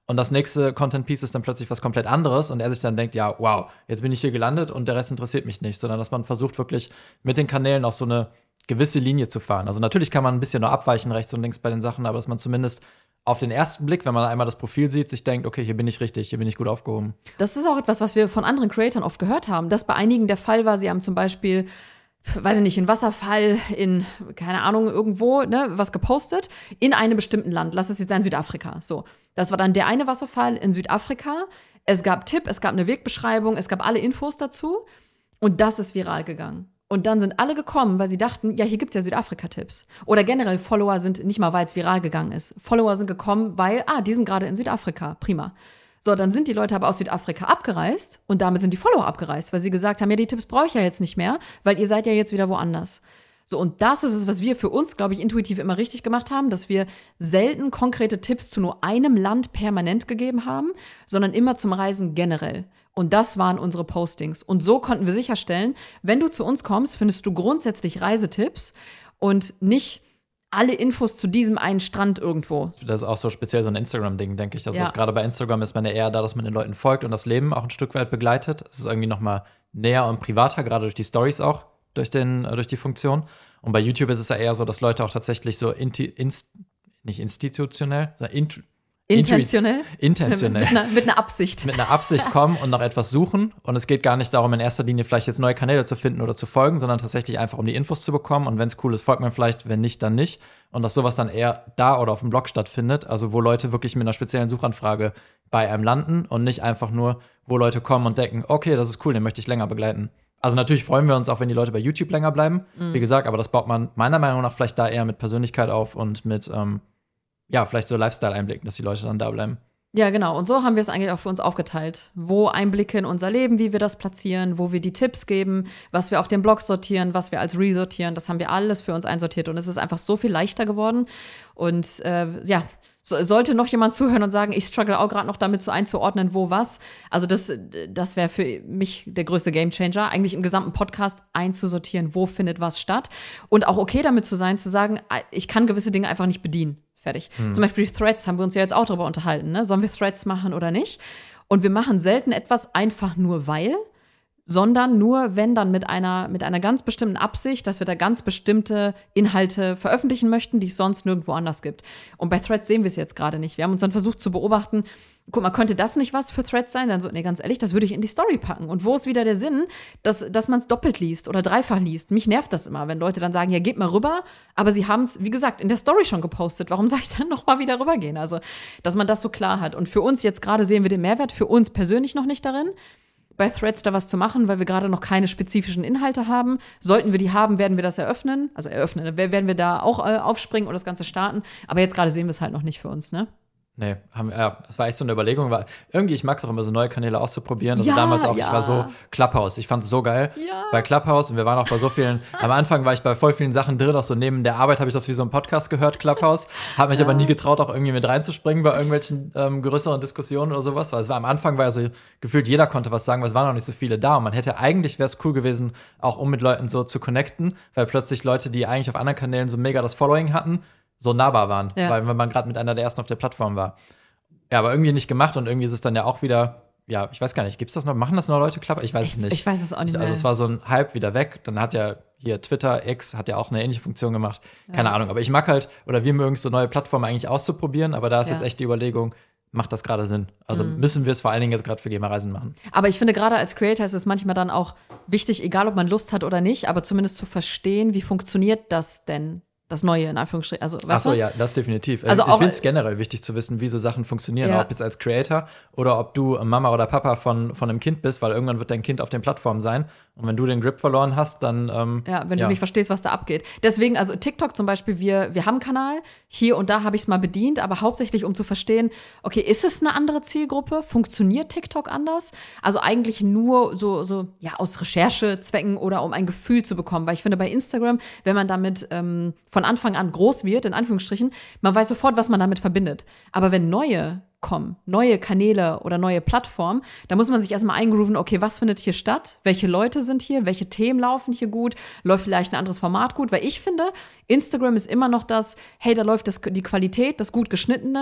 Und das nächste Content-Piece ist dann plötzlich was komplett anderes und er sich dann denkt, ja, wow, jetzt bin ich hier gelandet und der Rest interessiert mich nicht. Sondern dass man versucht wirklich mit den Kanälen auch so eine gewisse Linie zu fahren. Also natürlich kann man ein bisschen noch abweichen rechts und links bei den Sachen, aber dass man zumindest auf den ersten Blick, wenn man einmal das Profil sieht, sich denkt, okay, hier bin ich richtig, hier bin ich gut aufgehoben. Das ist auch etwas, was wir von anderen Creatoren oft gehört haben, dass bei einigen der Fall war, sie haben zum Beispiel, weiß ich nicht, einen Wasserfall in, keine Ahnung, irgendwo, ne, was gepostet, in einem bestimmten Land. Lass es jetzt sein, Südafrika. So, das war dann der eine Wasserfall in Südafrika. Es gab Tipp, es gab eine Wegbeschreibung, es gab alle Infos dazu und das ist viral gegangen. Und dann sind alle gekommen, weil sie dachten, ja, hier gibt's ja Südafrika-Tipps. Oder generell Follower sind nicht mal, weil es viral gegangen ist. Follower sind gekommen, weil, ah, die sind gerade in Südafrika. Prima. So, dann sind die Leute aber aus Südafrika abgereist und damit sind die Follower abgereist, weil sie gesagt haben, ja, die Tipps brauche ich ja jetzt nicht mehr, weil ihr seid ja jetzt wieder woanders. So, und das ist es, was wir für uns, glaube ich, intuitiv immer richtig gemacht haben, dass wir selten konkrete Tipps zu nur einem Land permanent gegeben haben, sondern immer zum Reisen generell. Und das waren unsere Postings. Und so konnten wir sicherstellen, wenn du zu uns kommst, findest du grundsätzlich Reisetipps und nicht alle Infos zu diesem einen Strand irgendwo. Das ist auch so speziell so ein Instagram-Ding, denke ich. Das ja. ist gerade bei Instagram ist man ja eher da, dass man den Leuten folgt und das Leben auch ein Stück weit begleitet. Es ist irgendwie noch mal näher und privater, gerade durch die Stories auch, durch, den, durch die Funktion. Und bei YouTube ist es ja eher so, dass Leute auch tatsächlich so inti, inst, nicht institutionell, sondern int, Intentionell? Intentionell. Mit einer, mit einer Absicht. Mit einer Absicht kommen und nach etwas suchen. Und es geht gar nicht darum, in erster Linie vielleicht jetzt neue Kanäle zu finden oder zu folgen, sondern tatsächlich einfach, um die Infos zu bekommen. Und wenn es cool ist, folgt man vielleicht, wenn nicht, dann nicht. Und dass sowas dann eher da oder auf dem Blog stattfindet. Also wo Leute wirklich mit einer speziellen Suchanfrage bei einem landen und nicht einfach nur, wo Leute kommen und denken, okay, das ist cool, den möchte ich länger begleiten. Also natürlich freuen wir uns auch, wenn die Leute bei YouTube länger bleiben. Mhm. Wie gesagt, aber das baut man meiner Meinung nach vielleicht da eher mit Persönlichkeit auf und mit ähm, ja, vielleicht so Lifestyle-Einblicken, dass die Leute dann da bleiben. Ja, genau. Und so haben wir es eigentlich auch für uns aufgeteilt. Wo Einblicke in unser Leben, wie wir das platzieren, wo wir die Tipps geben, was wir auf dem Blog sortieren, was wir als Reel sortieren. Das haben wir alles für uns einsortiert. Und es ist einfach so viel leichter geworden. Und äh, ja, so, sollte noch jemand zuhören und sagen, ich struggle auch gerade noch damit so einzuordnen, wo was. Also das, das wäre für mich der größte Gamechanger, eigentlich im gesamten Podcast einzusortieren, wo findet was statt. Und auch okay damit zu sein, zu sagen, ich kann gewisse Dinge einfach nicht bedienen. Fertig. Hm. Zum Beispiel Threads haben wir uns ja jetzt auch darüber unterhalten. Ne? Sollen wir Threads machen oder nicht? Und wir machen selten etwas einfach nur weil, sondern nur, wenn dann mit einer, mit einer ganz bestimmten Absicht, dass wir da ganz bestimmte Inhalte veröffentlichen möchten, die es sonst nirgendwo anders gibt. Und bei Threads sehen wir es jetzt gerade nicht. Wir haben uns dann versucht zu beobachten, guck mal, könnte das nicht was für Threads sein? Dann so, nee, ganz ehrlich, das würde ich in die Story packen. Und wo ist wieder der Sinn, dass, dass man es doppelt liest oder dreifach liest? Mich nervt das immer, wenn Leute dann sagen, ja, geht mal rüber, aber sie haben es, wie gesagt, in der Story schon gepostet. Warum soll ich dann noch mal wieder rübergehen? Also, dass man das so klar hat. Und für uns jetzt gerade sehen wir den Mehrwert, für uns persönlich noch nicht darin, bei Threads da was zu machen, weil wir gerade noch keine spezifischen Inhalte haben. Sollten wir die haben, werden wir das eröffnen. Also eröffnen, werden wir da auch äh, aufspringen und das Ganze starten. Aber jetzt gerade sehen wir es halt noch nicht für uns, ne? Nee, haben, ja, das war echt so eine Überlegung, weil irgendwie, ich mag es auch immer so neue Kanäle auszuprobieren. Also ja, damals auch, ja. ich war so Clubhouse, ich fand es so geil ja. bei Clubhouse und wir waren auch bei so vielen, am Anfang war ich bei voll vielen Sachen drin, auch so neben der Arbeit habe ich das wie so ein Podcast gehört, Clubhouse, habe mich ja. aber nie getraut, auch irgendwie mit reinzuspringen bei irgendwelchen ähm, größeren Diskussionen oder sowas, weil es war am Anfang, war ja so gefühlt jeder konnte was sagen, weil es waren noch nicht so viele da und man hätte eigentlich, wäre es cool gewesen, auch um mit Leuten so zu connecten, weil plötzlich Leute, die eigentlich auf anderen Kanälen so mega das Following hatten, so nahbar waren, ja. weil wenn man gerade mit einer der ersten auf der Plattform war. Ja, aber irgendwie nicht gemacht und irgendwie ist es dann ja auch wieder, ja, ich weiß gar nicht, gibt's das noch, machen das noch Leute Club? Ich weiß ich, es nicht. Ich weiß es auch nicht mehr. Also es war so ein Hype wieder weg, dann hat ja hier Twitter, X, hat ja auch eine ähnliche Funktion gemacht, keine ja. Ahnung, aber ich mag halt, oder wir mögen es so neue Plattformen eigentlich auszuprobieren, aber da ist ja. jetzt echt die Überlegung, macht das gerade Sinn? Also mhm. müssen wir es vor allen Dingen jetzt gerade für GEMA-Reisen machen. Aber ich finde, gerade als Creator ist es manchmal dann auch wichtig, egal ob man Lust hat oder nicht, aber zumindest zu verstehen, wie funktioniert das denn? Das Neue, in Anführungsstrichen. Also, weißt Ach so, du? Ja, das definitiv. Also ich finde es generell wichtig zu wissen, wie so Sachen funktionieren, ja. ob jetzt als Creator oder ob du Mama oder Papa von, von einem Kind bist, weil irgendwann wird dein Kind auf den Plattformen sein. Und wenn du den Grip verloren hast, dann ähm, Ja, wenn ja. du nicht verstehst, was da abgeht. Deswegen, also TikTok zum Beispiel, wir, wir haben einen Kanal, hier und da habe ich es mal bedient, aber hauptsächlich, um zu verstehen, okay, ist es eine andere Zielgruppe? Funktioniert TikTok anders? Also eigentlich nur so, so ja, aus Recherchezwecken oder um ein Gefühl zu bekommen. Weil ich finde, bei Instagram, wenn man damit ähm, von Anfang an groß wird, in Anführungsstrichen, man weiß sofort, was man damit verbindet. Aber wenn neue kommen, neue Kanäle oder neue Plattformen, da muss man sich erstmal eingrooven, okay, was findet hier statt? Welche Leute sind hier? Welche Themen laufen hier gut? Läuft vielleicht ein anderes Format gut? Weil ich finde, Instagram ist immer noch das, hey, da läuft das, die Qualität, das gut geschnittene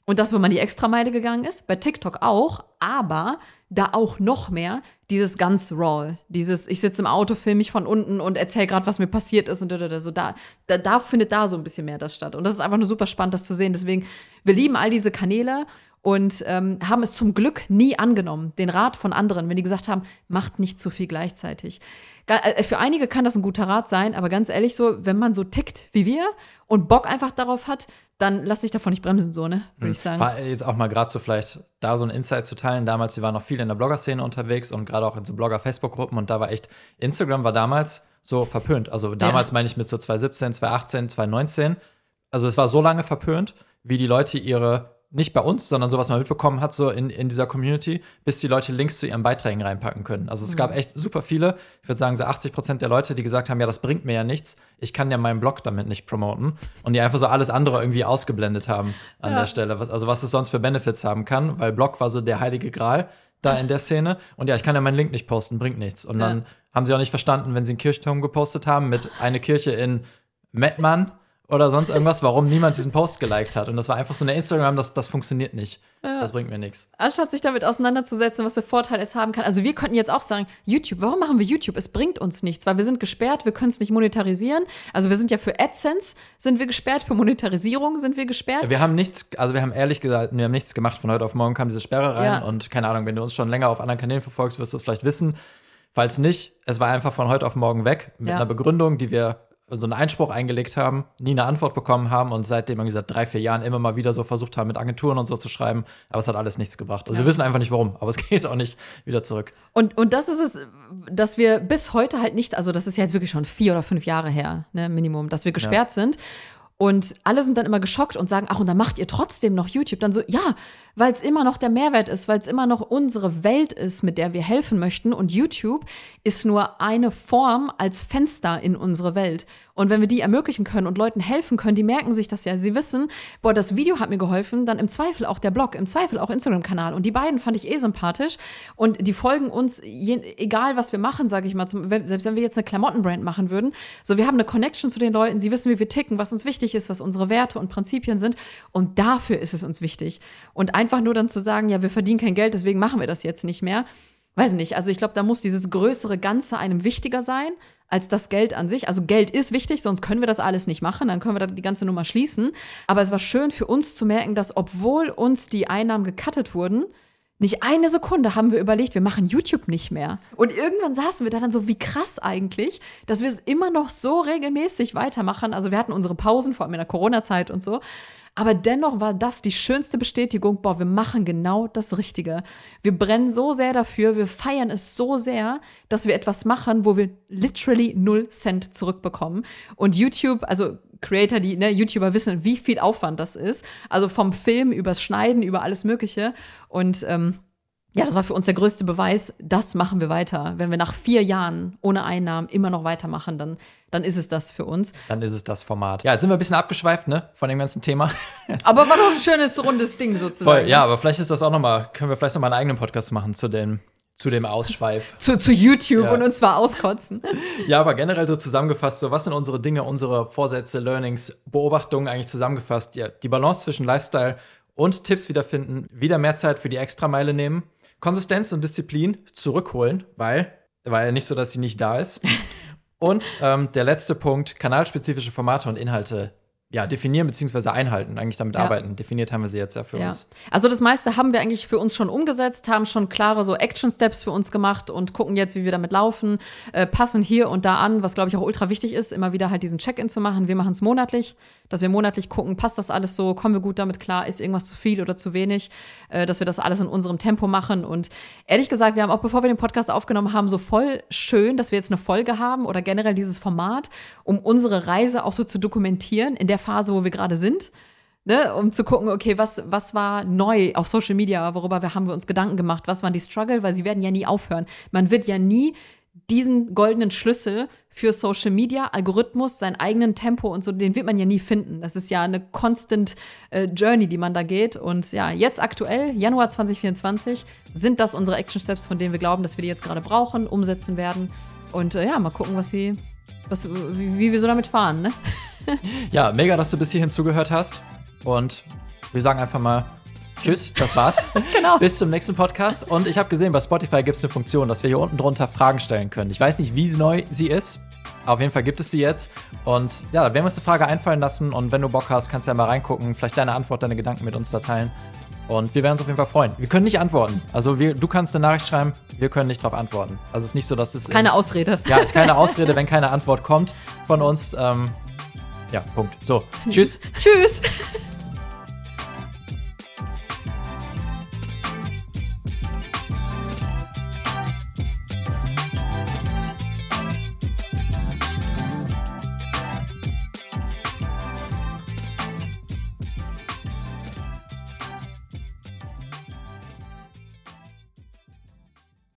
Und das, wo man die Extrameile gegangen ist, bei TikTok auch, aber da auch noch mehr dieses ganz raw, dieses ich sitze im Auto, filme mich von unten und erzähle gerade, was mir passiert ist und so da, da, da findet da so ein bisschen mehr das statt. Und das ist einfach nur super spannend, das zu sehen. Deswegen, wir lieben all diese Kanäle und ähm, haben es zum Glück nie angenommen, den Rat von anderen, wenn die gesagt haben, macht nicht zu viel gleichzeitig. Für einige kann das ein guter Rat sein, aber ganz ehrlich so, wenn man so tickt wie wir und Bock einfach darauf hat, dann lass dich davon nicht bremsen, so, ne, würde ich sagen. War jetzt auch mal gerade so vielleicht da so ein Insight zu teilen. Damals, wir waren noch viel in der Blogger-Szene unterwegs und gerade auch in so Blogger-Facebook-Gruppen und da war echt, Instagram war damals so verpönt. Also damals ja. meine ich mit so zwanzig siebzehn, zwanzig achtzehn, zwanzig neunzehn. Also es war so lange verpönt, wie die Leute ihre nicht bei uns, sondern so, was man mitbekommen hat, so in, in dieser Community, bis die Leute Links zu ihren Beiträgen reinpacken können. Also es mhm. gab echt super viele, ich würde sagen so achtzig Prozent der Leute, die gesagt haben, ja, das bringt mir ja nichts, ich kann ja meinen Blog damit nicht promoten und die einfach so alles andere irgendwie ausgeblendet haben an ja. der Stelle. Was, also was es sonst für Benefits haben kann, weil Blog war so der heilige Gral da in der Szene und ja, ich kann ja meinen Link nicht posten, bringt nichts. Und dann ja. haben sie auch nicht verstanden, wenn sie einen Kirchturm gepostet haben mit eine Kirche in Mettmann oder sonst irgendwas, warum niemand diesen Post geliked hat. Und das war einfach so eine Instagram, das, das funktioniert nicht. Ja. Das bringt mir nichts. Anstatt sich damit auseinanderzusetzen, was für Vorteile es haben kann. Also wir könnten jetzt auch sagen, YouTube, warum machen wir YouTube? Es bringt uns nichts, weil wir sind gesperrt, wir können es nicht monetarisieren. Also wir sind ja für AdSense sind wir gesperrt, für Monetarisierung sind wir gesperrt. Wir haben nichts, also wir haben ehrlich gesagt, wir haben nichts gemacht. Von heute auf morgen kam diese Sperre rein. Ja. Und keine Ahnung, wenn du uns schon länger auf anderen Kanälen verfolgst, wirst du es vielleicht wissen. Falls nicht, es war einfach von heute auf morgen weg mit ja. einer Begründung, die wir so einen Einspruch eingelegt haben, nie eine Antwort bekommen haben und seitdem, irgendwie seit drei, vier Jahren immer mal wieder so versucht haben, mit Agenturen und so zu schreiben. Aber es hat alles nichts gebracht. Also ja. wir wissen einfach nicht, warum. Aber es geht auch nicht wieder zurück. Und, und das ist es, dass wir bis heute halt nicht, also das ist ja jetzt wirklich schon vier oder fünf Jahre her, ne, Minimum, dass wir gesperrt ja. sind. Und alle sind dann immer geschockt und sagen, ach, und dann macht ihr trotzdem noch YouTube. Dann so, ja, weil es immer noch der Mehrwert ist, weil es immer noch unsere Welt ist, mit der wir helfen möchten. Und YouTube ist nur eine Form als Fenster in unsere Welt. Und wenn wir die ermöglichen können und Leuten helfen können, die merken sich das ja. Sie wissen, boah, das Video hat mir geholfen, dann im Zweifel auch der Blog, im Zweifel auch Instagram-Kanal. Und die beiden fand ich eh sympathisch. Und die folgen uns, je, egal was wir machen, sage ich mal, zum, selbst wenn wir jetzt eine Klamottenbrand machen würden. So, wir haben eine Connection zu den Leuten, sie wissen, wie wir ticken, was uns wichtig ist, was unsere Werte und Prinzipien sind. Und dafür ist es uns wichtig. Und einfach nur dann zu sagen, ja, wir verdienen kein Geld, deswegen machen wir das jetzt nicht mehr. Weiß nicht, also ich glaube, da muss dieses größere Ganze einem wichtiger sein, als das Geld an sich. Also Geld ist wichtig, sonst können wir das alles nicht machen, dann können wir da die ganze Nummer schließen. Aber es war schön für uns zu merken, dass obwohl uns die Einnahmen gecuttet wurden, nicht eine Sekunde haben wir überlegt, wir machen YouTube nicht mehr. Und irgendwann saßen wir da dann so, wie krass eigentlich, dass wir es immer noch so regelmäßig weitermachen. Also wir hatten unsere Pausen, vor allem in der Corona-Zeit und so. Aber dennoch war das die schönste Bestätigung, boah, wir machen genau das Richtige. Wir brennen so sehr dafür, wir feiern es so sehr, dass wir etwas machen, wo wir literally null Cent zurückbekommen. Und YouTube, also Creator, die, ne, YouTuber wissen, wie viel Aufwand das ist. Also vom Film übers Schneiden, über alles Mögliche. Und ähm, ja, das war für uns der größte Beweis, das machen wir weiter. Wenn wir nach vier Jahren ohne Einnahmen immer noch weitermachen, dann, dann ist es das für uns. Dann ist es das Format. Ja, jetzt sind wir ein bisschen abgeschweift, ne, von dem ganzen Thema. Aber war doch ein schönes, rundes Ding sozusagen. Voll, ja, aber vielleicht ist das auch noch mal, können wir vielleicht noch mal einen eigenen Podcast machen zu dem, zu dem Ausschweif. zu, zu YouTube ja. und uns zwar auskotzen. Ja, aber generell so zusammengefasst, so was sind unsere Dinge, unsere Vorsätze, Learnings, Beobachtungen eigentlich zusammengefasst? Ja, die Balance zwischen Lifestyle und Tipps wiederfinden, wieder mehr Zeit für die Extrameile nehmen, Konsistenz und Disziplin zurückholen, weil war ja nicht so, dass sie nicht da ist. Und ähm, der letzte Punkt, kanalspezifische Formate und Inhalte ja, definieren bzw. einhalten, eigentlich damit ja. arbeiten. Definiert haben wir sie jetzt ja für ja. uns. Also das meiste haben wir eigentlich für uns schon umgesetzt, haben schon klare so Action-Steps für uns gemacht und gucken jetzt, wie wir damit laufen, äh, passen hier und da an, was, glaube ich, auch ultra wichtig ist, immer wieder halt diesen Check-in zu machen. Wir machen es monatlich, dass wir monatlich gucken, passt das alles so, kommen wir gut damit klar, ist irgendwas zu viel oder zu wenig, äh, dass wir das alles in unserem Tempo machen. Und ehrlich gesagt, wir haben auch, bevor wir den Podcast aufgenommen haben, so voll schön, dass wir jetzt eine Folge haben oder generell dieses Format, um unsere Reise auch so zu dokumentieren, in der Phase, wo wir gerade sind, ne, um zu gucken, okay, was, was war neu auf Social Media, worüber wir, haben wir uns Gedanken gemacht, was waren die Struggle, weil sie werden ja nie aufhören. Man wird ja nie diesen goldenen Schlüssel für Social Media, Algorithmus, seinen eigenen Tempo und so, den wird man ja nie finden. Das ist ja eine constant äh, Journey, die man da geht. Und ja, jetzt aktuell, Januar zwanzig vierundzwanzig, sind das unsere Action Steps, von denen wir glauben, dass wir die jetzt gerade brauchen, umsetzen werden. Und äh, ja, mal gucken, was sie, was, wie, wie wir so damit fahren, ne? Ja, mega, dass du bis hierhin zugehört hast. Und wir sagen einfach mal Tschüss, das war's. Genau. Bis zum nächsten Podcast. Und ich habe gesehen, bei Spotify gibt es eine Funktion, dass wir hier unten drunter Fragen stellen können. Ich weiß nicht, wie neu sie ist. Auf jeden Fall gibt es sie jetzt. Und ja, da werden wir uns eine Frage einfallen lassen. Und wenn du Bock hast, kannst du ja mal reingucken, vielleicht deine Antwort, deine Gedanken mit uns da teilen. Und wir werden uns auf jeden Fall freuen. Wir können nicht antworten. Also wir, du kannst eine Nachricht schreiben, wir können nicht darauf antworten. Also es ist nicht so, dass es... Keine Ausrede. Ja, ist keine Ausrede, wenn keine Antwort kommt von uns. Ähm, ja, Punkt. So, tschüss. Tschüss.